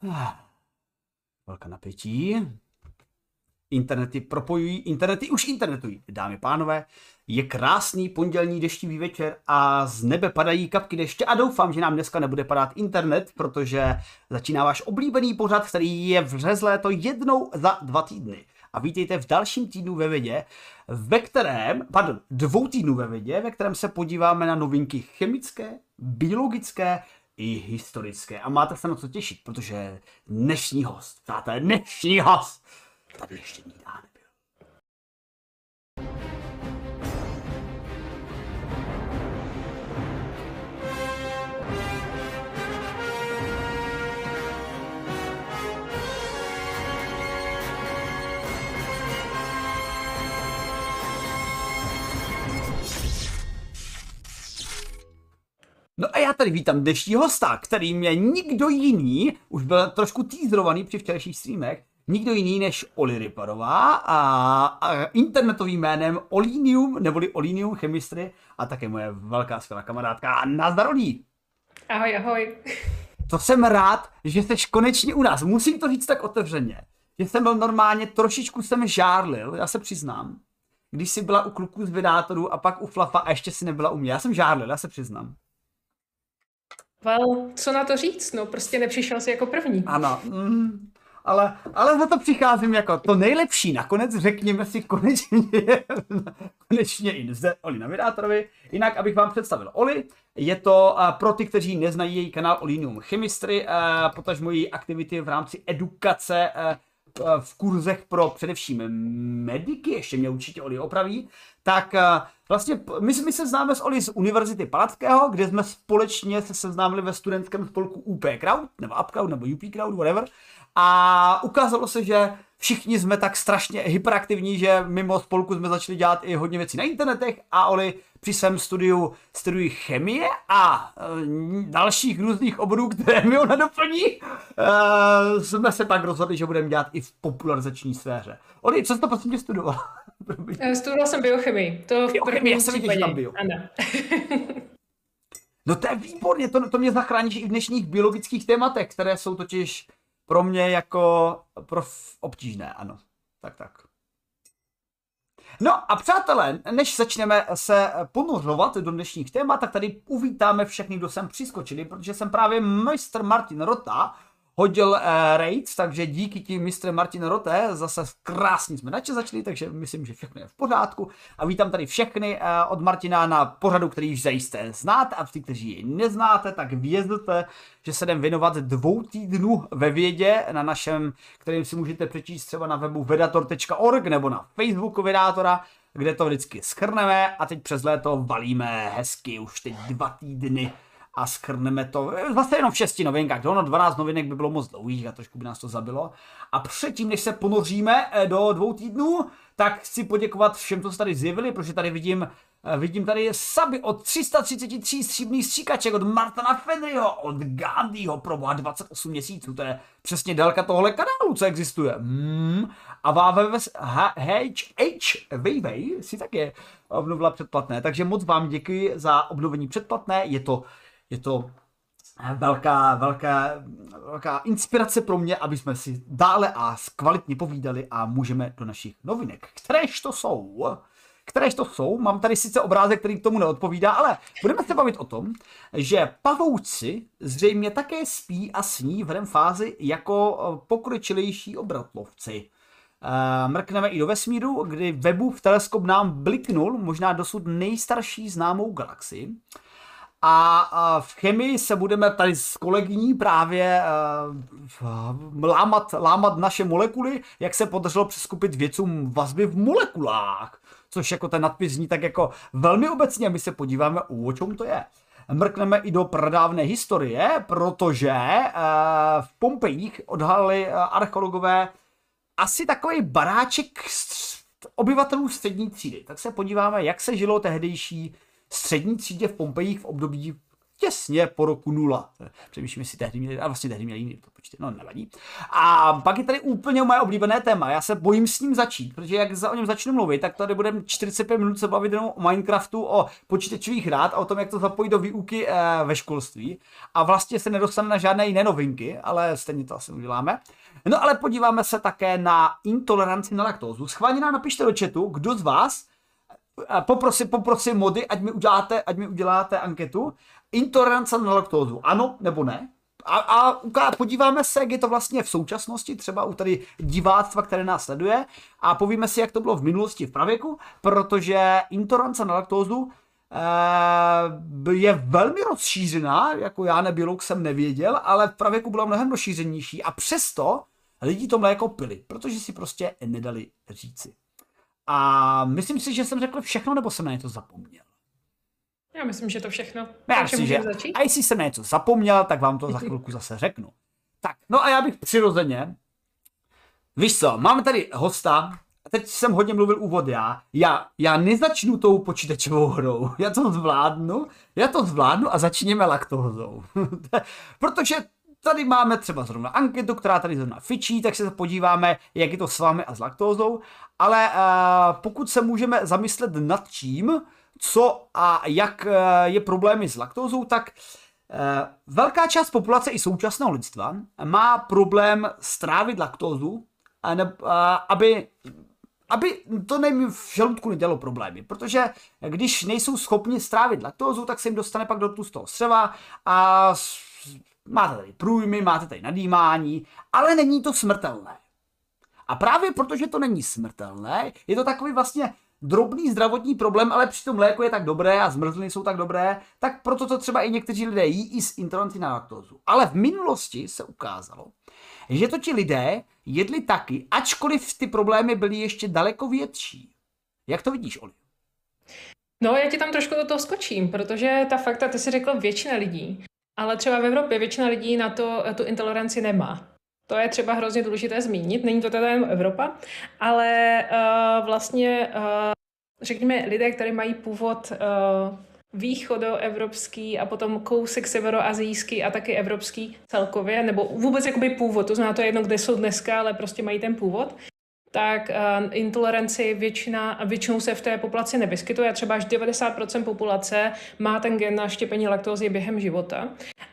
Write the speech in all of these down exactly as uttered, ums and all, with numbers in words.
Velká napětí. Internety propojují, internety už internetují. Dámy a pánové, je krásný pondělní deštivý večer a z nebe padají kapky deště a doufám, že nám dneska nebude padat internet, protože začíná váš oblíbený pořad, který je vřezlé to jednou za dva týdny. A vítejte v dalším týdnu ve vědě, ve kterém, pardon, dvou týdnů ve vědě, ve kterém se podíváme na novinky chemické, biologické i historické. A máte se na co těšit, protože dnešní host, přátelé, dnešní host, tady ještě nikdy nebyl. No a já tady vítám dnešního hosta, kterým je nikdo jiný, už byl trošku teaserovaný při včerejších streamech, nikdo jiný než Oli Riparová a, a internetovým jménem Olinium, neboli Olinium Chemistry a také moje velká skvělá kamarádka Nazdar Olí. Ahoj, ahoj. To jsem rád, že jsi konečně u nás. Musím to říct tak otevřeně, že jsem byl normálně, trošičku jsem žárlil, já se přiznám, když jsi byla u kluků z Vydátorů a pak u Flafa a ještě si nebyla u mě. Já jsem žárlil, já se přiznám. Well, co na to říct? No, prostě nepřišel jsi jako první. Ano, mm, ale, ale za to přicházím jako to nejlepší. Nakonec řekněme si konečně, konečně i zde Oli na Vydátorovi. Jinak, abych vám představil Oli, je to uh, pro ty, kteří neznají její kanál Olinium Chemistry, uh, potažmo její aktivity v rámci edukace uh, v kurzech pro především mediky, ještě mě určitě Oli opraví, tak uh, vlastně my, my se známe s Oli z Univerzity Palackého, kde jsme společně se seznámili ve studentském spolku U P Crowd, nebo UpCrowd, nebo U P Crowd, whatever. A ukázalo se, že všichni jsme tak strašně hyperaktivní, že mimo spolku jsme začali dělat i hodně věcí na internetech a Oli při svém studiu studují chemie a e, dalších různých oborů, které mi ona doplní, e, jsme se tak rozhodli, že budeme dělat i v popularizační sféře. Oli, co jsi to prosím tě studoval? Studoval jsem biochemii. To v Biochemii, já jsem viděl, že tam bio. Ano. No to je výborně, to, to mě zachrání i v dnešních biologických tématech, které jsou totiž pro mě jako prof obtížné, ano. Tak, tak. No a přátelé, než začneme se ponořovat do dnešních témat, tak tady uvítáme všechny, kdo sem přiskočili, protože jsem právě mistr Martin Rota hodil eh, raids, takže díky ti mistře Martin Rote, zase krásně jsme načas začali, takže myslím, že všechno je v pořádku. A vítám tady všechny eh, od Martina na pořadu, který již zajisté znáte, a ty, kteří ji neznáte, tak vězděte, že se jdem věnovat dvou týdnů ve vědě na našem, kterým si můžete přečíst třeba na webu vedator tečka org nebo na Facebooku Vedátora, kde to vždycky shrneme a teď přes léto valíme hezky už teď dva týdny a shrneme to vlastně jenom v šesti novinkách. Ono dvanáct novinek by bylo moc dlouhých a trošku by nás to zabilo. A předtím, než se ponoříme do dvou týdnů, tak chci poděkovat všem, co se tady zjevili, protože tady vidím, vidím tady saby od tři sta třicet tři stříbrných stříkaček, od Martina Fenryho, od Gandhiho, proboha dvacet osm měsíců, to je přesně délka tohle kanálu, co existuje. Hmm. A H H Weiwei si také obnovila předplatné, takže moc vám děkuji za obnovení předplatné, je to Je to velká, velká, velká inspirace pro mě, aby jsme si dále a kvalitně povídali a můžeme do našich novinek. Kteréž to jsou? Kteréž to jsou? Mám tady sice obrázek, který k tomu neodpovídá, ale budeme se bavit o tom, že pavouci zřejmě také spí a sní v fázi jako pokročilejší obratlovci. Mrkneme i do vesmíru, kdy Webův teleskop nám bliknul možná dosud nejstarší známou galaxii. A v chemii se budeme tady s kolegyní právě uh, lámat, lámat naše molekuly, jak se podařilo přeskupit vědcům vazby v molekulách. Což jako ten nadpis zní tak jako velmi obecně, my se podíváme, o čem to je. Mrkneme i do pradávné historie, protože uh, v Pompejích odhalili uh, archeologové asi takový baráček obyvatelů střední třídy. Tak se podíváme, jak se žilo tehdejší střední třídě v Pompejích v období těsně po roku nula. Přemýšlím, jestli tehdy měli, a vlastně tehdy měli jiný to počty, no nevadí. A pak je tady úplně moje oblíbené téma, já se bojím s ním začít, protože jak za o něm začnu mluvit, tak tady budeme čtyřicet pět minut se bavit jenom o Minecraftu, o počítačových hrách a o tom, jak to zapojit do výuky e, ve školství. A vlastně se nedostane na žádné jiné novinky, ale stejně to asi uděláme. No ale podíváme se také na intoleranci na laktózu. Schválně nám napište do chatu, kdo z vás, poprosím, poprosím mody, ať mi uděláte, ať mi uděláte anketu, intolerance na laktózu, ano nebo ne? A, a podíváme se, jak je to vlastně v současnosti, třeba u tady diváctva, které nás sleduje, a povíme si, jak to bylo v minulosti v pravěku, protože intolerance na laktózu e, je velmi rozšířená, jako já nebiolog jsem nevěděl, ale v pravěku byla mnohem rozšířenější a přesto lidi to mléko pili, protože si prostě nedali říci. A myslím si, že jsem řekl všechno, nebo jsem na něco zapomněl. Já myslím, že to všechno. Já myslím, že začít? a jestli jsem na něco zapomněl, tak vám to za chvilku zase řeknu. Tak, no a já bych přirozeně, víš co, máme tady hosta, teď jsem hodně mluvil úvod já, já, já nezačnu tou počítačovou hrou, já to zvládnu, já to zvládnu a začněme laktózou. Protože tady máme třeba zrovna anketu, která tady zrovna fičí, tak se podíváme, jak je to s vámi a s laktózou, ale uh, pokud se můžeme zamyslet nad tím, co a jak uh, je problémy s laktózou, tak uh, velká část populace i současného lidstva má problém strávit laktózu, a ne, uh, aby, aby to nejim v žaludku nedělalo problémy, protože když nejsou schopni strávit laktózu, tak se jim dostane pak do tlustého střeva a máte tady průjmy, máte tady nadýmání, ale není to smrtelné. A právě protože to není smrtelné, je to takový vlastně drobný zdravotní problém, ale přitom mléko je tak dobré a zmrzliny jsou tak dobré, tak proto to třeba i někteří lidé jí i s intolerancí na laktózu. Ale v minulosti se ukázalo, že to ti lidé jedli taky, ačkoliv ty problémy byly ještě daleko větší. Jak to vidíš, Oli? No, já ti tam trošku do toho skočím, protože ta fakta, ty jsi řekl většina lidí, ale třeba v Evropě většina lidí na to tu intoleranci nemá. To je třeba hrozně důležité zmínit, není to teda jen Evropa, ale uh, vlastně, uh, řekněme, lidé, kteří mají původ uh, východoevropský a potom kousek severoazijský a taky evropský celkově, nebo vůbec jakoby původ, to znamená to je jedno, kde jsou dneska, ale prostě mají ten původ, tak uh, intoleranci většina, většinou se v té populaci nevyskytuje. Třeba až devadesát procent populace má ten gen na štěpení laktózy během života.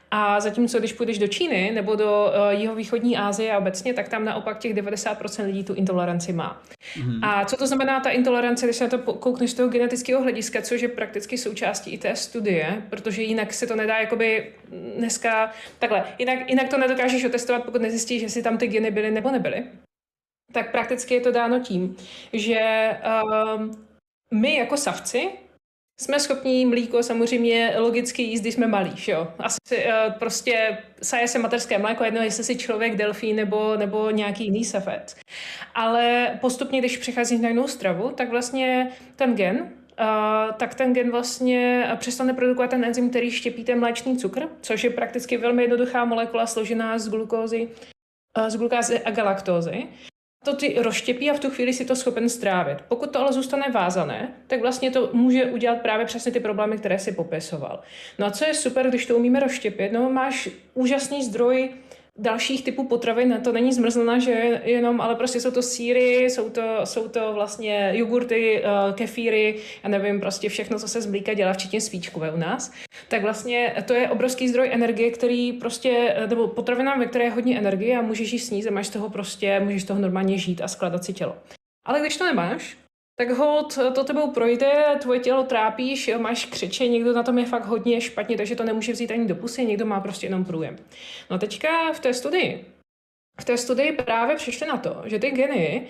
A zatímco, když půjdeš do Číny nebo do uh, jihovýchodní Asie a obecně, tak tam naopak těch devadesát procent lidí tu intoleranci má. Mm. A co to znamená ta intolerance, když se na to koukneš z toho genetického hlediska, což je prakticky součástí i té studie, protože jinak se to nedá jakoby dneska takhle. Jinak, jinak to nedokážeš otestovat, pokud nezjistíš, jestli tam ty geny byly nebo nebyly. Tak prakticky je to dáno tím, že um, my jako savci jsme schopní mlíko samozřejmě logicky jíst, když jsme malí, jo. Asi uh, prostě saje se materské mléko, jedno jestli si člověk, delfín nebo, nebo nějaký jiný savec. Ale postupně, když přichází na jinou stravu, tak vlastně ten gen, uh, tak ten gen vlastně přestane produkovat ten enzym, který štěpí ten mléčný cukr, což je prakticky velmi jednoduchá molekula složená z glukózy, uh, z glukázy a galaktózy. To ty rozštěpí a v tu chvíli si to schopen strávit. Pokud to ale zůstane vázané, tak vlastně to může udělat právě přesně ty problémy, které si popisoval. No a co je super, když to umíme rozštěpit, no máš úžasný zdroj dalších typů potravin, to není zmrzlina, že jenom, ale prostě jsou to sýry, jsou to, jsou to vlastně jogurty, kefíry, já nevím, prostě všechno, co se z mlíka dělá, včetně svíčkové u nás. Tak vlastně to je obrovský zdroj energie, který prostě, nebo potravina, ve které je hodně energie a můžeš jí sníst a máš z toho prostě, můžeš z toho normálně žít a skládat si tělo. Ale když to nemáš, tak hold, to tebou projde, tvoje tělo trápíš, jo, máš křeče, někdo na tom je fakt hodně špatně, takže to nemůže vzít ani do pusy, někdo má prostě jenom průjem. No teďka v té studii, v té studii právě přišli na to, že ty geny,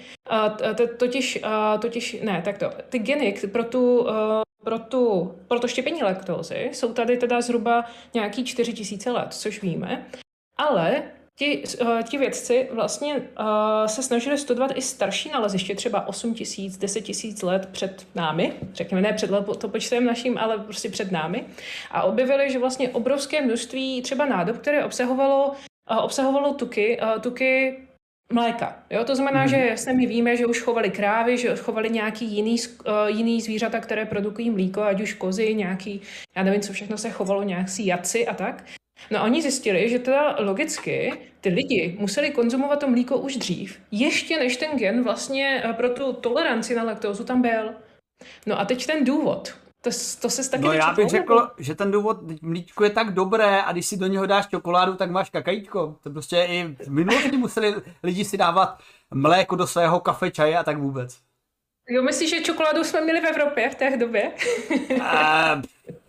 totiž, totiž, ne, takto, ty geny pro tu, pro tu, pro to štěpení laktózy jsou tady teda zhruba nějaký čtyři tisíce let, což víme, ale Ti, uh, ti vědci vlastně uh, se snažili studovat i starší naleziště, třeba osm tisíc, deset tisíc let před námi, řekněme ne před letopočtem naším, ale prostě před námi. A objevili, že vlastně obrovské množství třeba nádob, které obsahovalo, uh, obsahovalo tuky, uh, tuky Mléka. Jo? To znamená, Mhm. že jasně my víme, že už chovali krávy, že chovali nějaký jiný, sk- eh, jiný zvířata, které produkují mlíko, ať už kozy, nějaký, já nevím, co všechno se chovalo, nějaký jaci a tak. No a oni zjistili, že teda logicky ty lidi museli konzumovat to mlíko už dřív, ještě než ten gen vlastně eh, pro tu toleranci na laktózu tam byl. No a teď ten důvod. To, to se taky No já bych nečetlo, nebo? řekl, že ten důvod, teď mlíčko je tak dobré a když si do něho dáš čokoládu, tak máš kakajíčko. To prostě i v minulosti museli lidi si dávat mléko do svého kafe, čaje a tak vůbec. Jo, myslíš, že čokoládu jsme měli v Evropě v té době? Uh,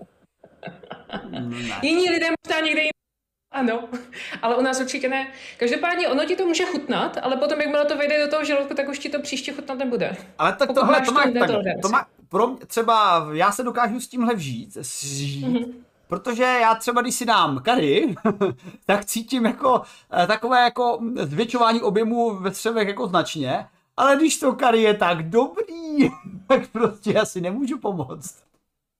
ne. Jiní lidé možná někde jinde. Ano, ale u nás určitě ne. Každopádně ono ti to může chutnat, ale potom, jakmile to vejde do toho žaludku, tak už ti to příště chutnat nebude. Ale tak Pokud tohle, máš to má, tu tak, netoleranci. to má, pro mě, třeba já se dokážu s tímhle vžít, žít, mm-hmm. protože já třeba, když si dám curry, tak cítím jako eh, takové jako zvětšování objemu ve střevech jako značně, ale když to curry je tak dobrý, tak prostě asi nemůžu pomoct.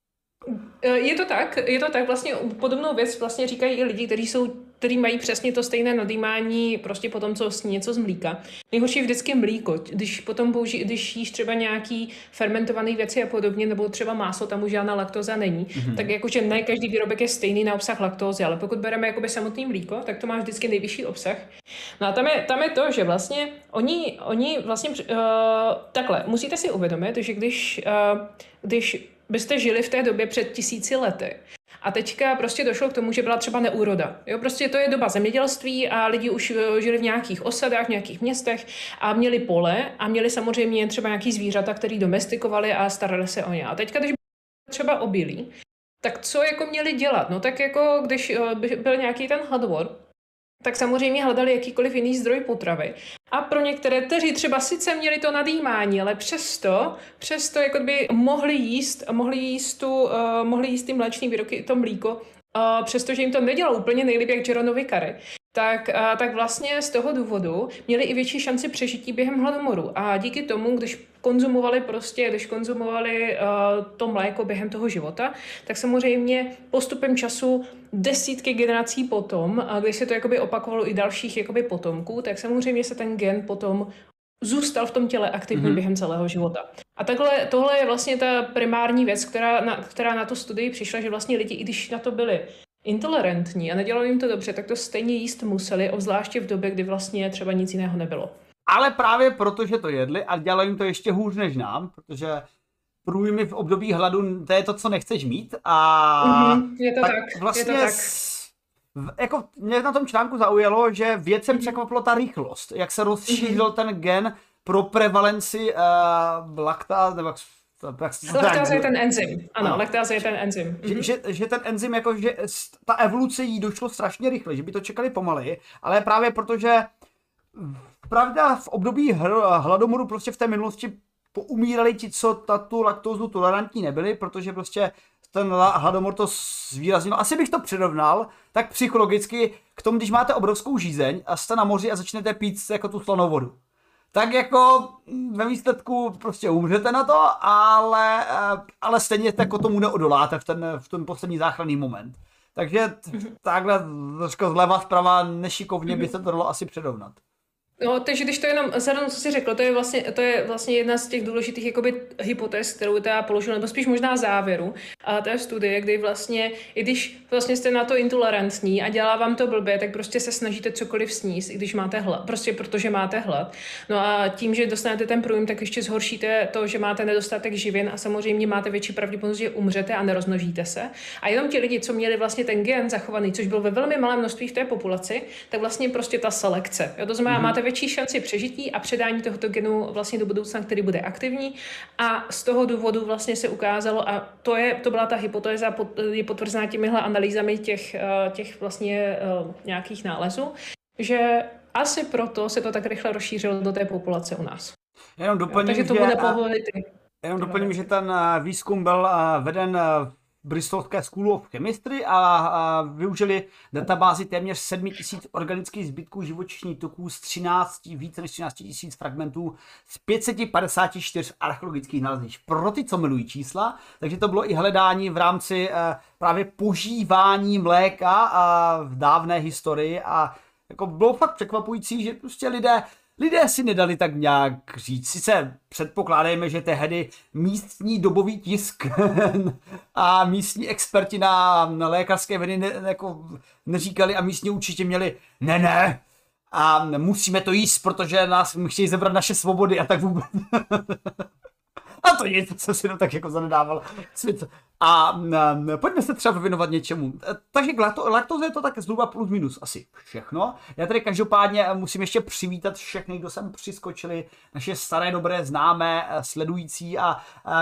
Je to tak, je to tak, vlastně podobnou věc vlastně říkají i lidi, kteří jsou, kteří mají přesně to stejné nadýmání prostě po tom, co sní něco z mlíka. Nejhorší je vždycky mlíko, když potom použi, když jíš třeba nějaký fermentovaný věci a podobně, nebo třeba máslo, tam už žádná laktóza není, mm-hmm. tak jakože ne každý výrobek je stejný na obsah laktózy, ale pokud bereme jakoby samotný mlíko, tak to má vždycky nejvyšší obsah. No a tam je, tam je to, že vlastně oni, oni vlastně uh, takhle, musíte si uvědomit, že když, uh, když byste žili v té době před tisíci lety. A teďka prostě došlo k tomu, že byla třeba neúroda. Jo, prostě to je doba zemědělství a lidi už žili v nějakých osadách, v nějakých městech a měli pole a měli samozřejmě třeba nějaký zvířata, který domestikovali a starali se o ně. A teďka, když třeba obilí, tak co jako měli dělat? No tak jako když byl nějaký ten hladomor, tak samozřejmě hledali jakýkoliv jiný zdroj potravy. A pro některé, kteří třeba sice měli to nadýmání, ale přesto, přesto jako by mohli jíst, mohli jíst, tu, uh, mohli jíst ty mléčné výrobky, to mlíko, uh, přestože jim to nedělalo úplně nejlíp jak Jeronovi curry, tak, uh, tak vlastně z toho důvodu měli i větší šanci přežití během hladomoru. A díky tomu, když konzumovali prostě, když konzumovali uh, to mléko během toho života, tak samozřejmě postupem času desítky generací potom, a když se to jakoby opakovalo i dalších jakoby potomků, tak samozřejmě se ten gen potom zůstal v tom těle aktivní mm-hmm. během celého života. A takhle, tohle je vlastně ta primární věc, která na, která na tu studii přišla, že vlastně lidi, i když na to byli intolerantní a nedělalo jim to dobře, tak to stejně jíst museli, obzvláště v době, kdy vlastně třeba nic jiného nebylo. Ale právě proto, že to jedli a dělali jim to ještě hůř než nám, protože průjmy v období hladu, to je to, co nechceš mít a mm-hmm, je to tak, tak. Vlastně je to tak. S, jako mě na tom článku zaujalo, že vědcem mm-hmm. překvapilo ta rychlost, jak se rozšířil mm-hmm. ten gen pro prevalenci uh, laktáz, nebo laktáze je ten enzym, ano, ano. laktáze je ten enzym. Že, mm-hmm. že, že ten enzym, jako, že ta evoluce jí došlo strašně rychle, že by to čekali pomaleji, ale právě protože pravda v období hl- hladomoru prostě v té minulosti poumírali ti, co na tu laktózu tolerantní nebyli, protože prostě ten hladomor to zvýraznil. Asi bych to přirovnal tak psychologicky k tomu, když máte obrovskou žízeň a jste na moři a začnete pít jako tu slanou vodu. Tak jako ve výsledku prostě umřete na to, ale, ale stejně jako tomu neodoláte v ten, v ten poslední záchranný moment. Takže takhle trošku zleva zprava nešikovně by se to dalo asi přirovnat. No, takže když to jenom zhrnu, co jsi řekl, to je vlastně, to je vlastně jedna z těch důležitých jakoby hypotéz, kterou já položil, nebo spíš možná závěru a té studie, kdy vlastně, i když vlastně jste na to intolerantní a dělá vám to blbě, tak prostě se snažíte cokoliv sníst, i když máte hlad, prostě protože máte hlad. No a tím, že dostanete ten průjem, tak ještě zhoršíte to, že máte nedostatek živin a samozřejmě máte větší pravděpodobnost, že umřete a nerozmnožíte se. A jenom ti lidi, co měli vlastně ten gen zachovaný, což byl ve velmi malém množství v té populaci, tak vlastně prostě ta selekce. Jo, to znamená, mm-hmm. máte větší šanci přežití a předání tohoto genu vlastně do budoucna, který bude aktivní. A z toho důvodu vlastně se ukázalo, a to, je, to byla ta hypotéza, je potvrzená těmihle analýzami těch, těch vlastně nějakých nálezů, že asi proto se to tak rychle rozšířilo do té populace u nás. Jenom doplním, Takže to bude povolit. Jenom doplním, že ten výzkum byl veden Bristolské School of Chemistry a, a využili databázi téměř sedm tisíc organických zbytků živočišních tuků z třinácti, více než třináct tisíc fragmentů z pět set padesát čtyři archeologických nalezišť. Pro ty, co milují čísla, takže to bylo i hledání v rámci eh, právě požívání mléka a v dávné historii a jako bylo fakt překvapující, že prostě lidé lidé si nedali tak nějak říct. Sice předpokládejme, že tehdy místní dobový tisk a místní experti na, na lékařské vědy ne, jako neříkali a místní určitě měli ne, ne, a musíme to jíst, protože nás chtějí zabrat naše svobody a tak vůbec. A to nic, co si to tak jako zanedával. A um, pojďme se třeba věnovat něčemu. Takže laktóza je to tak zhruba plus minus asi všechno. Já tady každopádně musím ještě přivítat všechny, kdo sem přiskočili, naše staré dobré známé sledující a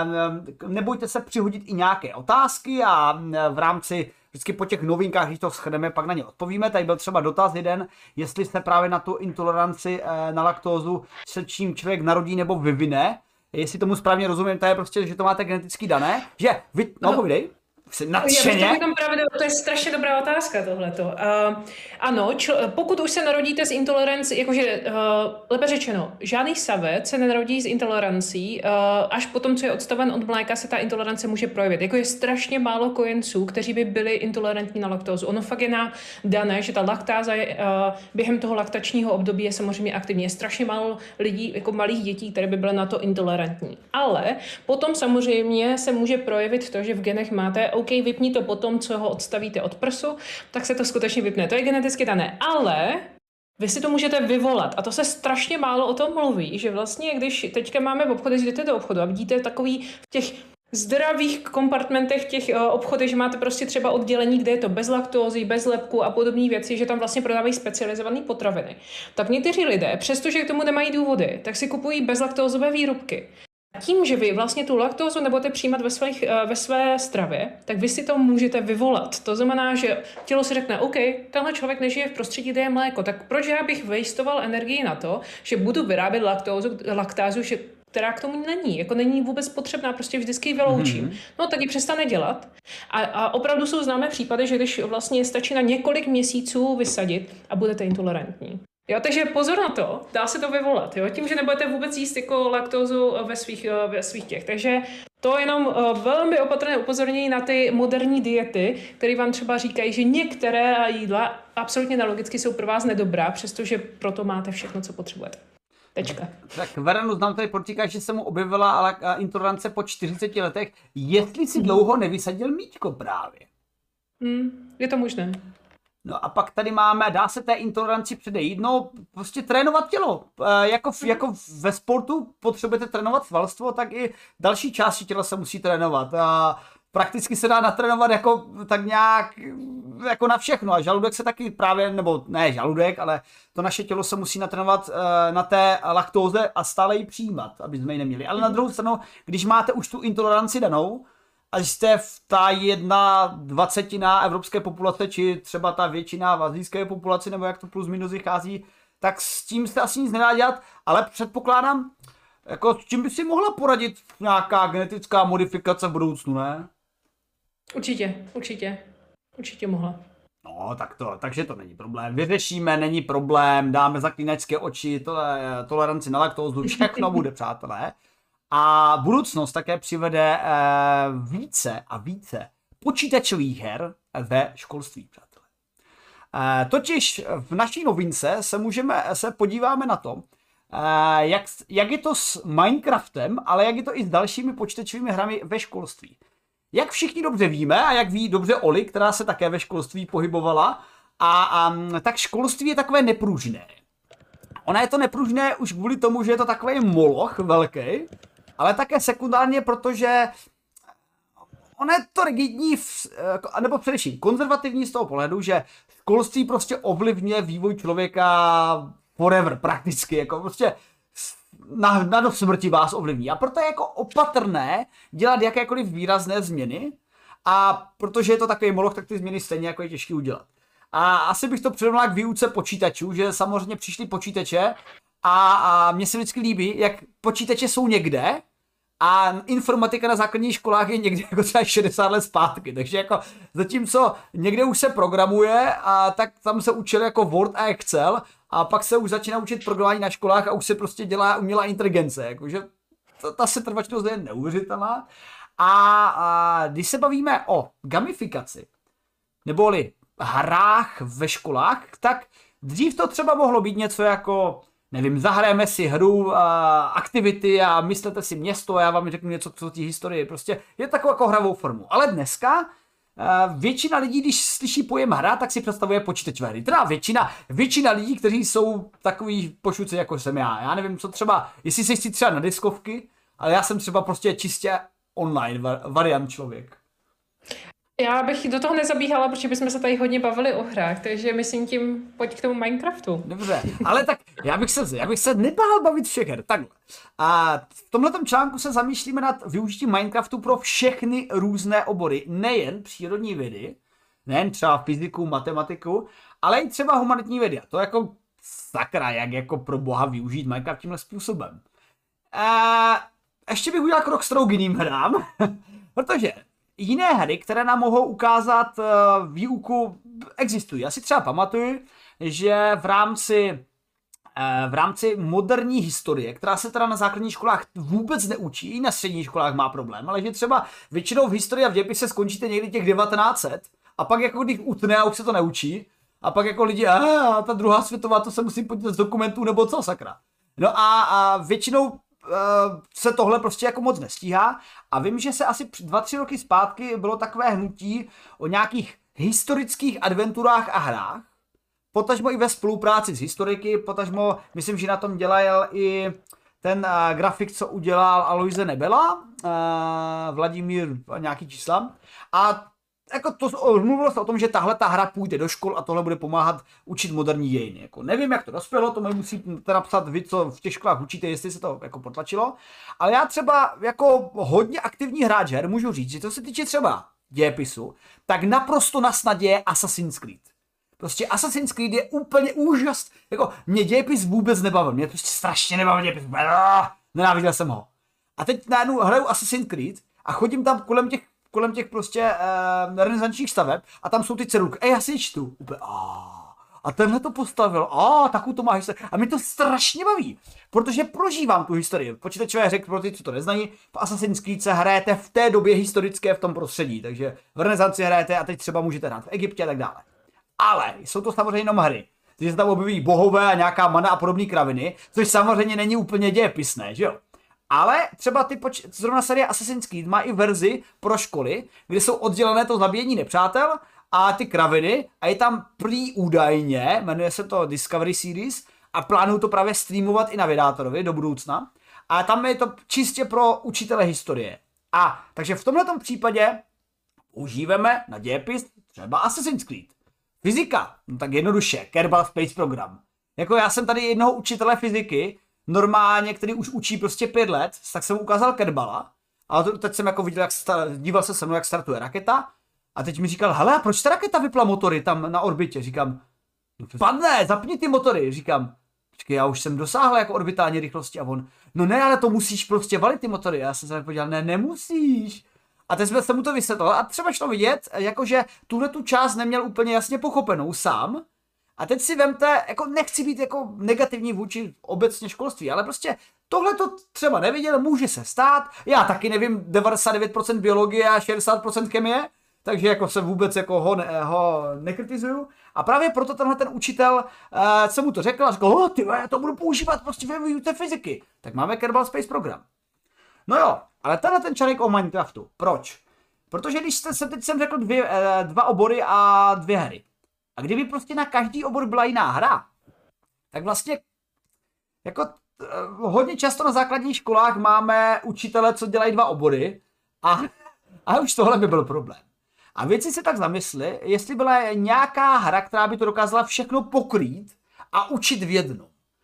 um, nebojte se přihodit i nějaké otázky a um, v rámci vždycky po těch novinkách, když to shrneme, pak na ně odpovíme. Tady byl třeba dotaz jeden, jestli se právě na tu intoleranci na laktózu se čím člověk narodí nebo vyvine. Jestli tomu správně rozumím, to je prostě, že to máte geneticky dané, že vy, no povídej, nadšeně. Já to, právě, to je strašně dobrá otázka tohleto. Uh, ano, čl, pokud už se narodíte s intolerancí, jakože, uh, lépe řečeno, žádný savec se nenarodí s intolerancí, uh, až potom, co je odstaven od mléka, se ta intolerance může projevit. Jako je strašně málo kojenců, kteří by byli intolerantní na laktózu. Ono fakt je nám dané, že ta laktáza je, uh, během toho laktačního období je samozřejmě aktivní. Je strašně málo lidí, jako malých dětí, které by byly na to intolerantní. Ale potom samozřejmě se může projevit to, že v genech máte OK, vypni to potom, co ho odstavíte od prsu, tak se to skutečně vypne. To je geneticky dané. Ale vy si to můžete vyvolat. A to se strašně málo o tom mluví, že vlastně, když teďka máme v obchodech, jdete do obchodu a vidíte takový v těch zdravých kompartmentech těch uh, obchodech, že máte prostě třeba oddělení, kde je to bez laktózy, bez lepku a podobné věci, že tam vlastně prodávají specializované potraviny. Tak někteří lidé, přestože k tomu nemají důvody, tak si kupují bezlaktózové výrobky. Tím, že vy vlastně tu laktózu nebudete přijímat ve, svých, ve své stravě, tak vy si to můžete vyvolat. To znamená, že tělo si řekne, OK, tenhle člověk nežije v prostředí, kde je mléko, tak proč já bych wastoval energii na to, že budu vyrábět laktózu, laktázu, že, která k tomu není, jako není vůbec potřebná, prostě vždycky ji vyloučím. Mm-hmm. No tak ji přestane dělat. A, a opravdu jsou známé případy, že když vlastně stačí na několik měsíců vysadit a budete intolerantní. Jo, takže pozor na to, dá se to vyvolat, jo, tím, že nebudete vůbec jíst jako laktózu ve svých, ve svých těch. Takže to je jenom velmi opatrné upozornění na ty moderní diety, které vám třeba říkají, že některé jídla absolutně nelogicky jsou pro vás nedobrá, přestože proto máte všechno, co potřebujete. Tečka. Tak Verenu znám tady protíká, že se mu objevila ale intolerance po čtyřiceti letech. Jestli si dlouho nevysadil mítko právě? Hmm, je to možné. No a pak tady máme, dá se té intoleranci předejít, no prostě trénovat tělo. E, jako, v, jako ve sportu potřebujete trénovat svalstvo, tak i další části těla se musí trénovat. A prakticky se dá natrénovat jako tak nějak jako na všechno. A žaludek se taky právě, nebo ne žaludek, ale to naše tělo se musí natrénovat e, na té laktóze a stále ji přijímat, aby jsme ji neměli. Ale na druhou stranu, když máte už tu intoleranci danou, a jste v ta jedna dvacetina evropské populace, či třeba ta většina v asijské populaci, nebo jak to plus minus vychází, tak s tím jste asi nic nedá dělat, ale předpokládám, jako s čím by si mohla poradit nějaká genetická modifikace v budoucnu, ne? Určitě, určitě, určitě mohla. No, tak to, takže to není problém. Vyřešíme, není problém, dáme zaklínačské oči, tole, toleranci na laktózu, všechno bude, přátelé. A budoucnost také přivede eh, více a více počítačových her ve školství, přátelé. Eh, totiž v naší novince se můžeme, se podíváme na to, eh, jak, jak je to s Minecraftem, ale jak je to i s dalšími počítačovými hrami ve školství. Jak všichni dobře víme a jak ví dobře Oli, která se také ve školství pohybovala, a, a tak školství je takové nepružné. Ona je to nepružné už kvůli tomu, že je to takový moloch velký, ale také sekundárně, protože ona je to rigidní, nebo především konzervativní z toho pohledu, že školství prostě ovlivňuje vývoj člověka forever prakticky, jako prostě na, na do smrti vás ovlivní. A proto je jako opatrné dělat jakékoliv výrazné změny, a protože je to takový moloch, tak ty změny stejně jako je těžké udělat. A asi bych to přirovnal k výuce počítačů, že samozřejmě přišly počítače a, a mně se vždycky líbí, jak počítače jsou někde a informatika na základních školách je někde jako třeba šedesát let zpátky. Takže jako zatímco někde už se programuje, a tak tam se učili jako Word a Excel, a pak se už začíná učit programování na školách a už se prostě dělá umělá inteligence. Jakože ta, ta setrvačnost je neuvěřitelná. A, a když se bavíme o gamifikaci, neboli hrách ve školách, tak dřív to třeba mohlo být něco jako nevím, zahrajeme si hru uh, aktivity a myslete si město a já vám řeknu něco o té historii. Prostě je to takovou jako hravou formu. Ale dneska uh, většina lidí, když slyší pojem hra, tak si představuje počítačové hry. Teda většina, většina lidí, kteří jsou takový pošuci, jako jsem já. Já nevím, co třeba, jestli se chci třeba na diskovky, ale já jsem třeba prostě čistě online var, variant člověk. Já bych do toho nezabíhala, protože bychom se tady hodně bavili o hrách, takže myslím tím, pojď k tomu Minecraftu. Dobře, ale tak já bych se, já bych se nebál bavit všech her, takhle. A v tomhletom článku se zamýšlíme nad využitím Minecraftu pro všechny různé obory, nejen přírodní vědy, nejen třeba fyziku, matematiku, ale i třeba humanitní vědy. A to jako sakra, jak jako pro boha využít Minecraft tímhle způsobem. A ještě bych udělal krok strou k jiným hrám, protože jiné hry, které nám mohou ukázat uh, výuku, existují. Já si třeba pamatuju, že v rámci, uh, v rámci moderní historie, která se teda na základních školách vůbec neučí, i na středních školách má problém, ale že třeba většinou v historii a v dějepise skončíte někdy těch devatenáct set a pak jako když utne a už se to neučí a pak jako lidi, a ta druhá světová, to se musím podívat z dokumentů nebo co sakra. No a, a většinou se tohle prostě jako moc nestíhá a vím, že se asi dva, tři roky zpátky bylo takové hnutí o nějakých historických adventurách a hrách, potažmo i ve spolupráci s historiky, potažmo, myslím, že na tom dělal i ten uh, grafik, co udělal Aloise Nebela, uh, Vladimír nějaký čísla a jako to mluvilo se o tom, že tahle ta hra půjde do škol a tohle bude pomáhat učit moderní dějiny. Jako nevím, jak to dospělo, to mi musíte napsat vy, co v těch školách učíte, jestli se to jako potlačilo. Ale já třeba jako hodně aktivní hráč her můžu říct, že to se týče třeba dějepisu, tak naprosto na snadě je Assassin's Creed. Prostě Assassin's Creed je úplně úžasný. Jako mě dějepis vůbec nebavil, mě prostě strašně nebavil dějepis. Nenáviděl jsem ho. A teď najednou hraju Assassin's Creed a chodím tam kolem těch kolem těch prostě uh, renesančních staveb a tam jsou ty cedulky. Ej, já si je čtu. Úplně, a, a tenhle to postavil. A takovou to má historii. A mě to strašně baví, protože prožívám tu historii. Počítačové hře, pro ty, co to neznají, v Assassin's Creed se hrajete v té době historické v tom prostředí. Takže v renesanci hrajete a teď třeba můžete hrát v Egyptě a tak dále. Ale jsou to samozřejmě jenom hry. Takže se tam objeví bohové a nějaká mana a podobné kraviny, což samozřejmě není úplně dějepisné, že jo? Ale třeba ty poč- zrovna série Assassin's Creed má i verzi pro školy, kde jsou oddělené to zabíjení nepřátel a ty kraviny a je tam prý údajně, jmenuje se to Discovery Series a plánují to právě streamovat i na Vydátorovi do budoucna a tam je to čistě pro učitele historie. A takže v tomhletom případě užíváme na dějepis třeba Assassin's Creed. Fyzika, no tak jednoduše, Kerbal Space Program. Jako já jsem tady jednoho učitele fyziky, normálně, který už učí prostě pět let, tak jsem mu ukázal Kerbala. A teď jsem jako viděl, jak sta- díval se se mnou, jak startuje raketa. A teď mi říkal, hele, a proč ta raketa vypla motory tam na orbitě? Říkám, padne, zapni ty motory. Říkám, počkej, já už jsem dosáhl jako orbitální rychlosti. A on, no ne, ale to musíš prostě valit ty motory. Já jsem se podíval, ne, nemusíš. A teď jsem mu to vysvětlil. A třeba šlo vidět, jakože tuhle tu část neměl úplně jasně pochopenou sám. A teď si vemte, jako nechci být jako negativní vůči obecně školství, ale prostě tohle to třeba neviděl, může se stát. Já taky nevím devadesát devět procent biologie a šedesát procent chemie, takže jako se vůbec jako ho, ne, ho nekritizuju. A právě proto tenhle ten učitel, uh, co mu to řekl, a řekl, oh, ty, já to budu používat prostě ve výuce fyziky. Tak máme Kerbal Space Program. No jo, ale tenhle ten článek o Minecraftu. Proč? Protože když jste, teď jsem řekl dvě, uh, dva obory a dvě hry. A kdyby prostě na každý obor byla jiná hra, tak vlastně jako uh, hodně často na základních školách máme učitele, co dělají dva obory a, a už tohle by byl problém. A věci si tak zamysli, jestli byla nějaká hra, která by to dokázala všechno pokrýt a učit v jednom.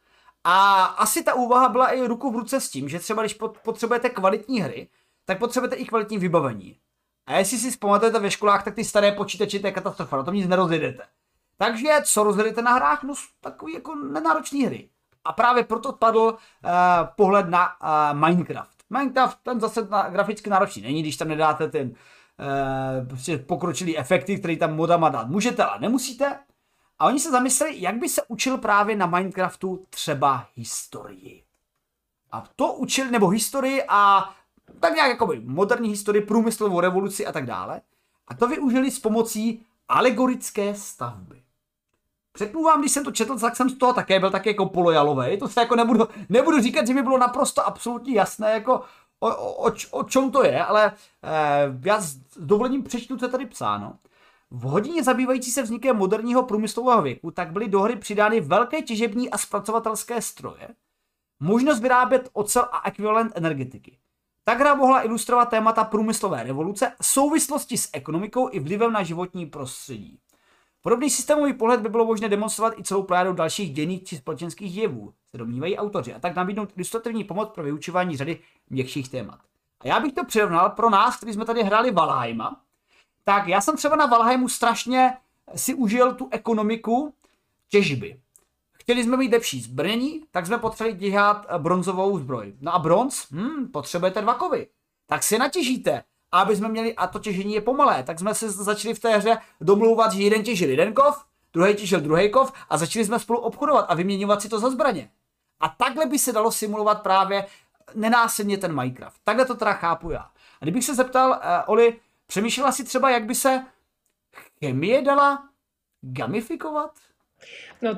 A asi ta úvaha byla i ruku v ruce s tím, že třeba když potřebujete kvalitní hry, tak potřebujete i kvalitní vybavení. A jestli si vzpamatujete ve školách, tak ty staré počítače, to je katastrofa, na tom nic nerozjedete. Takže co rozjedete na hrách? No takový jako nenáročný hry. A právě proto padl uh, pohled na uh, Minecraft. Minecraft ten zase na, graficky náročný není, když tam nedáte ten uh, prostě pokročilý efekty, který tam modama dát můžete, ale nemusíte. A oni se zamysleli, jak by se učil právě na Minecraftu třeba historii. A to učili, nebo historii a tak nějak jako by moderní historii, průmyslovou revoluci a tak dále. A to využili s pomocí alegorické stavby. Řeknu vám, když jsem to četl, tak jsem z toho také byl taky jako polojalovej. To se jako nebudu, nebudu říkat, že mi bylo naprosto absolutně jasné, jako o, o, o, o čem to je, ale eh, já s dovolením přečtu, co je tady psáno. V hodině zabývající se vznikem moderního průmyslového věku tak byly do hry přidány velké těžební a zpracovatelské stroje, možnost vyrábět ocel a ekvivalent energetiky. Tak hra mohla ilustrovat témata průmyslové revoluce, souvislosti s ekonomikou i vlivem na životní prostředí. Podobný systémový pohled by bylo možné demonstrovat i celou plejádou dalších dějných či společenských jevů, se domnívají autoři, a tak nabídnout ilustrativní pomoc pro vyučování řady měkčích témat. A já bych to přirovnal pro nás, kteří jsme tady hráli Valheima, tak já jsem třeba na Valheimu strašně si užil tu ekonomiku těžby. Chtěli jsme mít lepší zbrojení, tak jsme potřebovali dělat bronzovou zbroj. No a bronz? Hm, potřebujete dva kovy. Tak si natěžíte. A aby jsme měli, a to těžení je pomalé, tak jsme se začali v té hře domlouvat, že jeden těžil jeden kov, druhý těžil druhý kov a začali jsme spolu obchodovat a vyměňovat si to za zbraně. A takhle by se dalo simulovat právě nenásilně ten Minecraft. Takhle to teda chápu já. A kdybych se zeptal, uh, Oli, přemýšlela si třeba, jak by se chemie dala gamifikovat? No,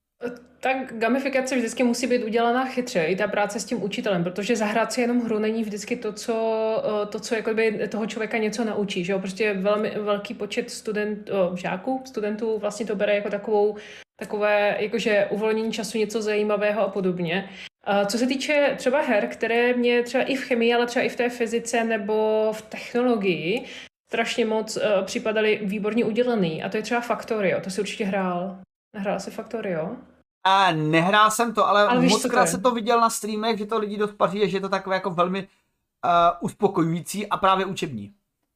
tak gamifikace vždycky musí být udělaná chytře, i ta práce s tím učitelem, protože zahrát si jenom hru není vždycky to, co, to, co jakoby toho člověka něco naučí, že jo? Prostě velmi velký počet student, žáků, studentů vlastně to bere jako takovou, takové jakože uvolnění času, něco zajímavého a podobně. Co se týče třeba her, které mě třeba i v chemii, ale třeba i v té fyzice nebo v technologii strašně moc uh, připadaly výborně udělaný, a to je třeba Factorio, to si určitě hrál. Hrál jsi Factorio? A nehrál jsem to, ale, ale moc krát se to viděl na streamech, že to lidi dost paří, že je to takové jako velmi uh, uspokojující a právě učební.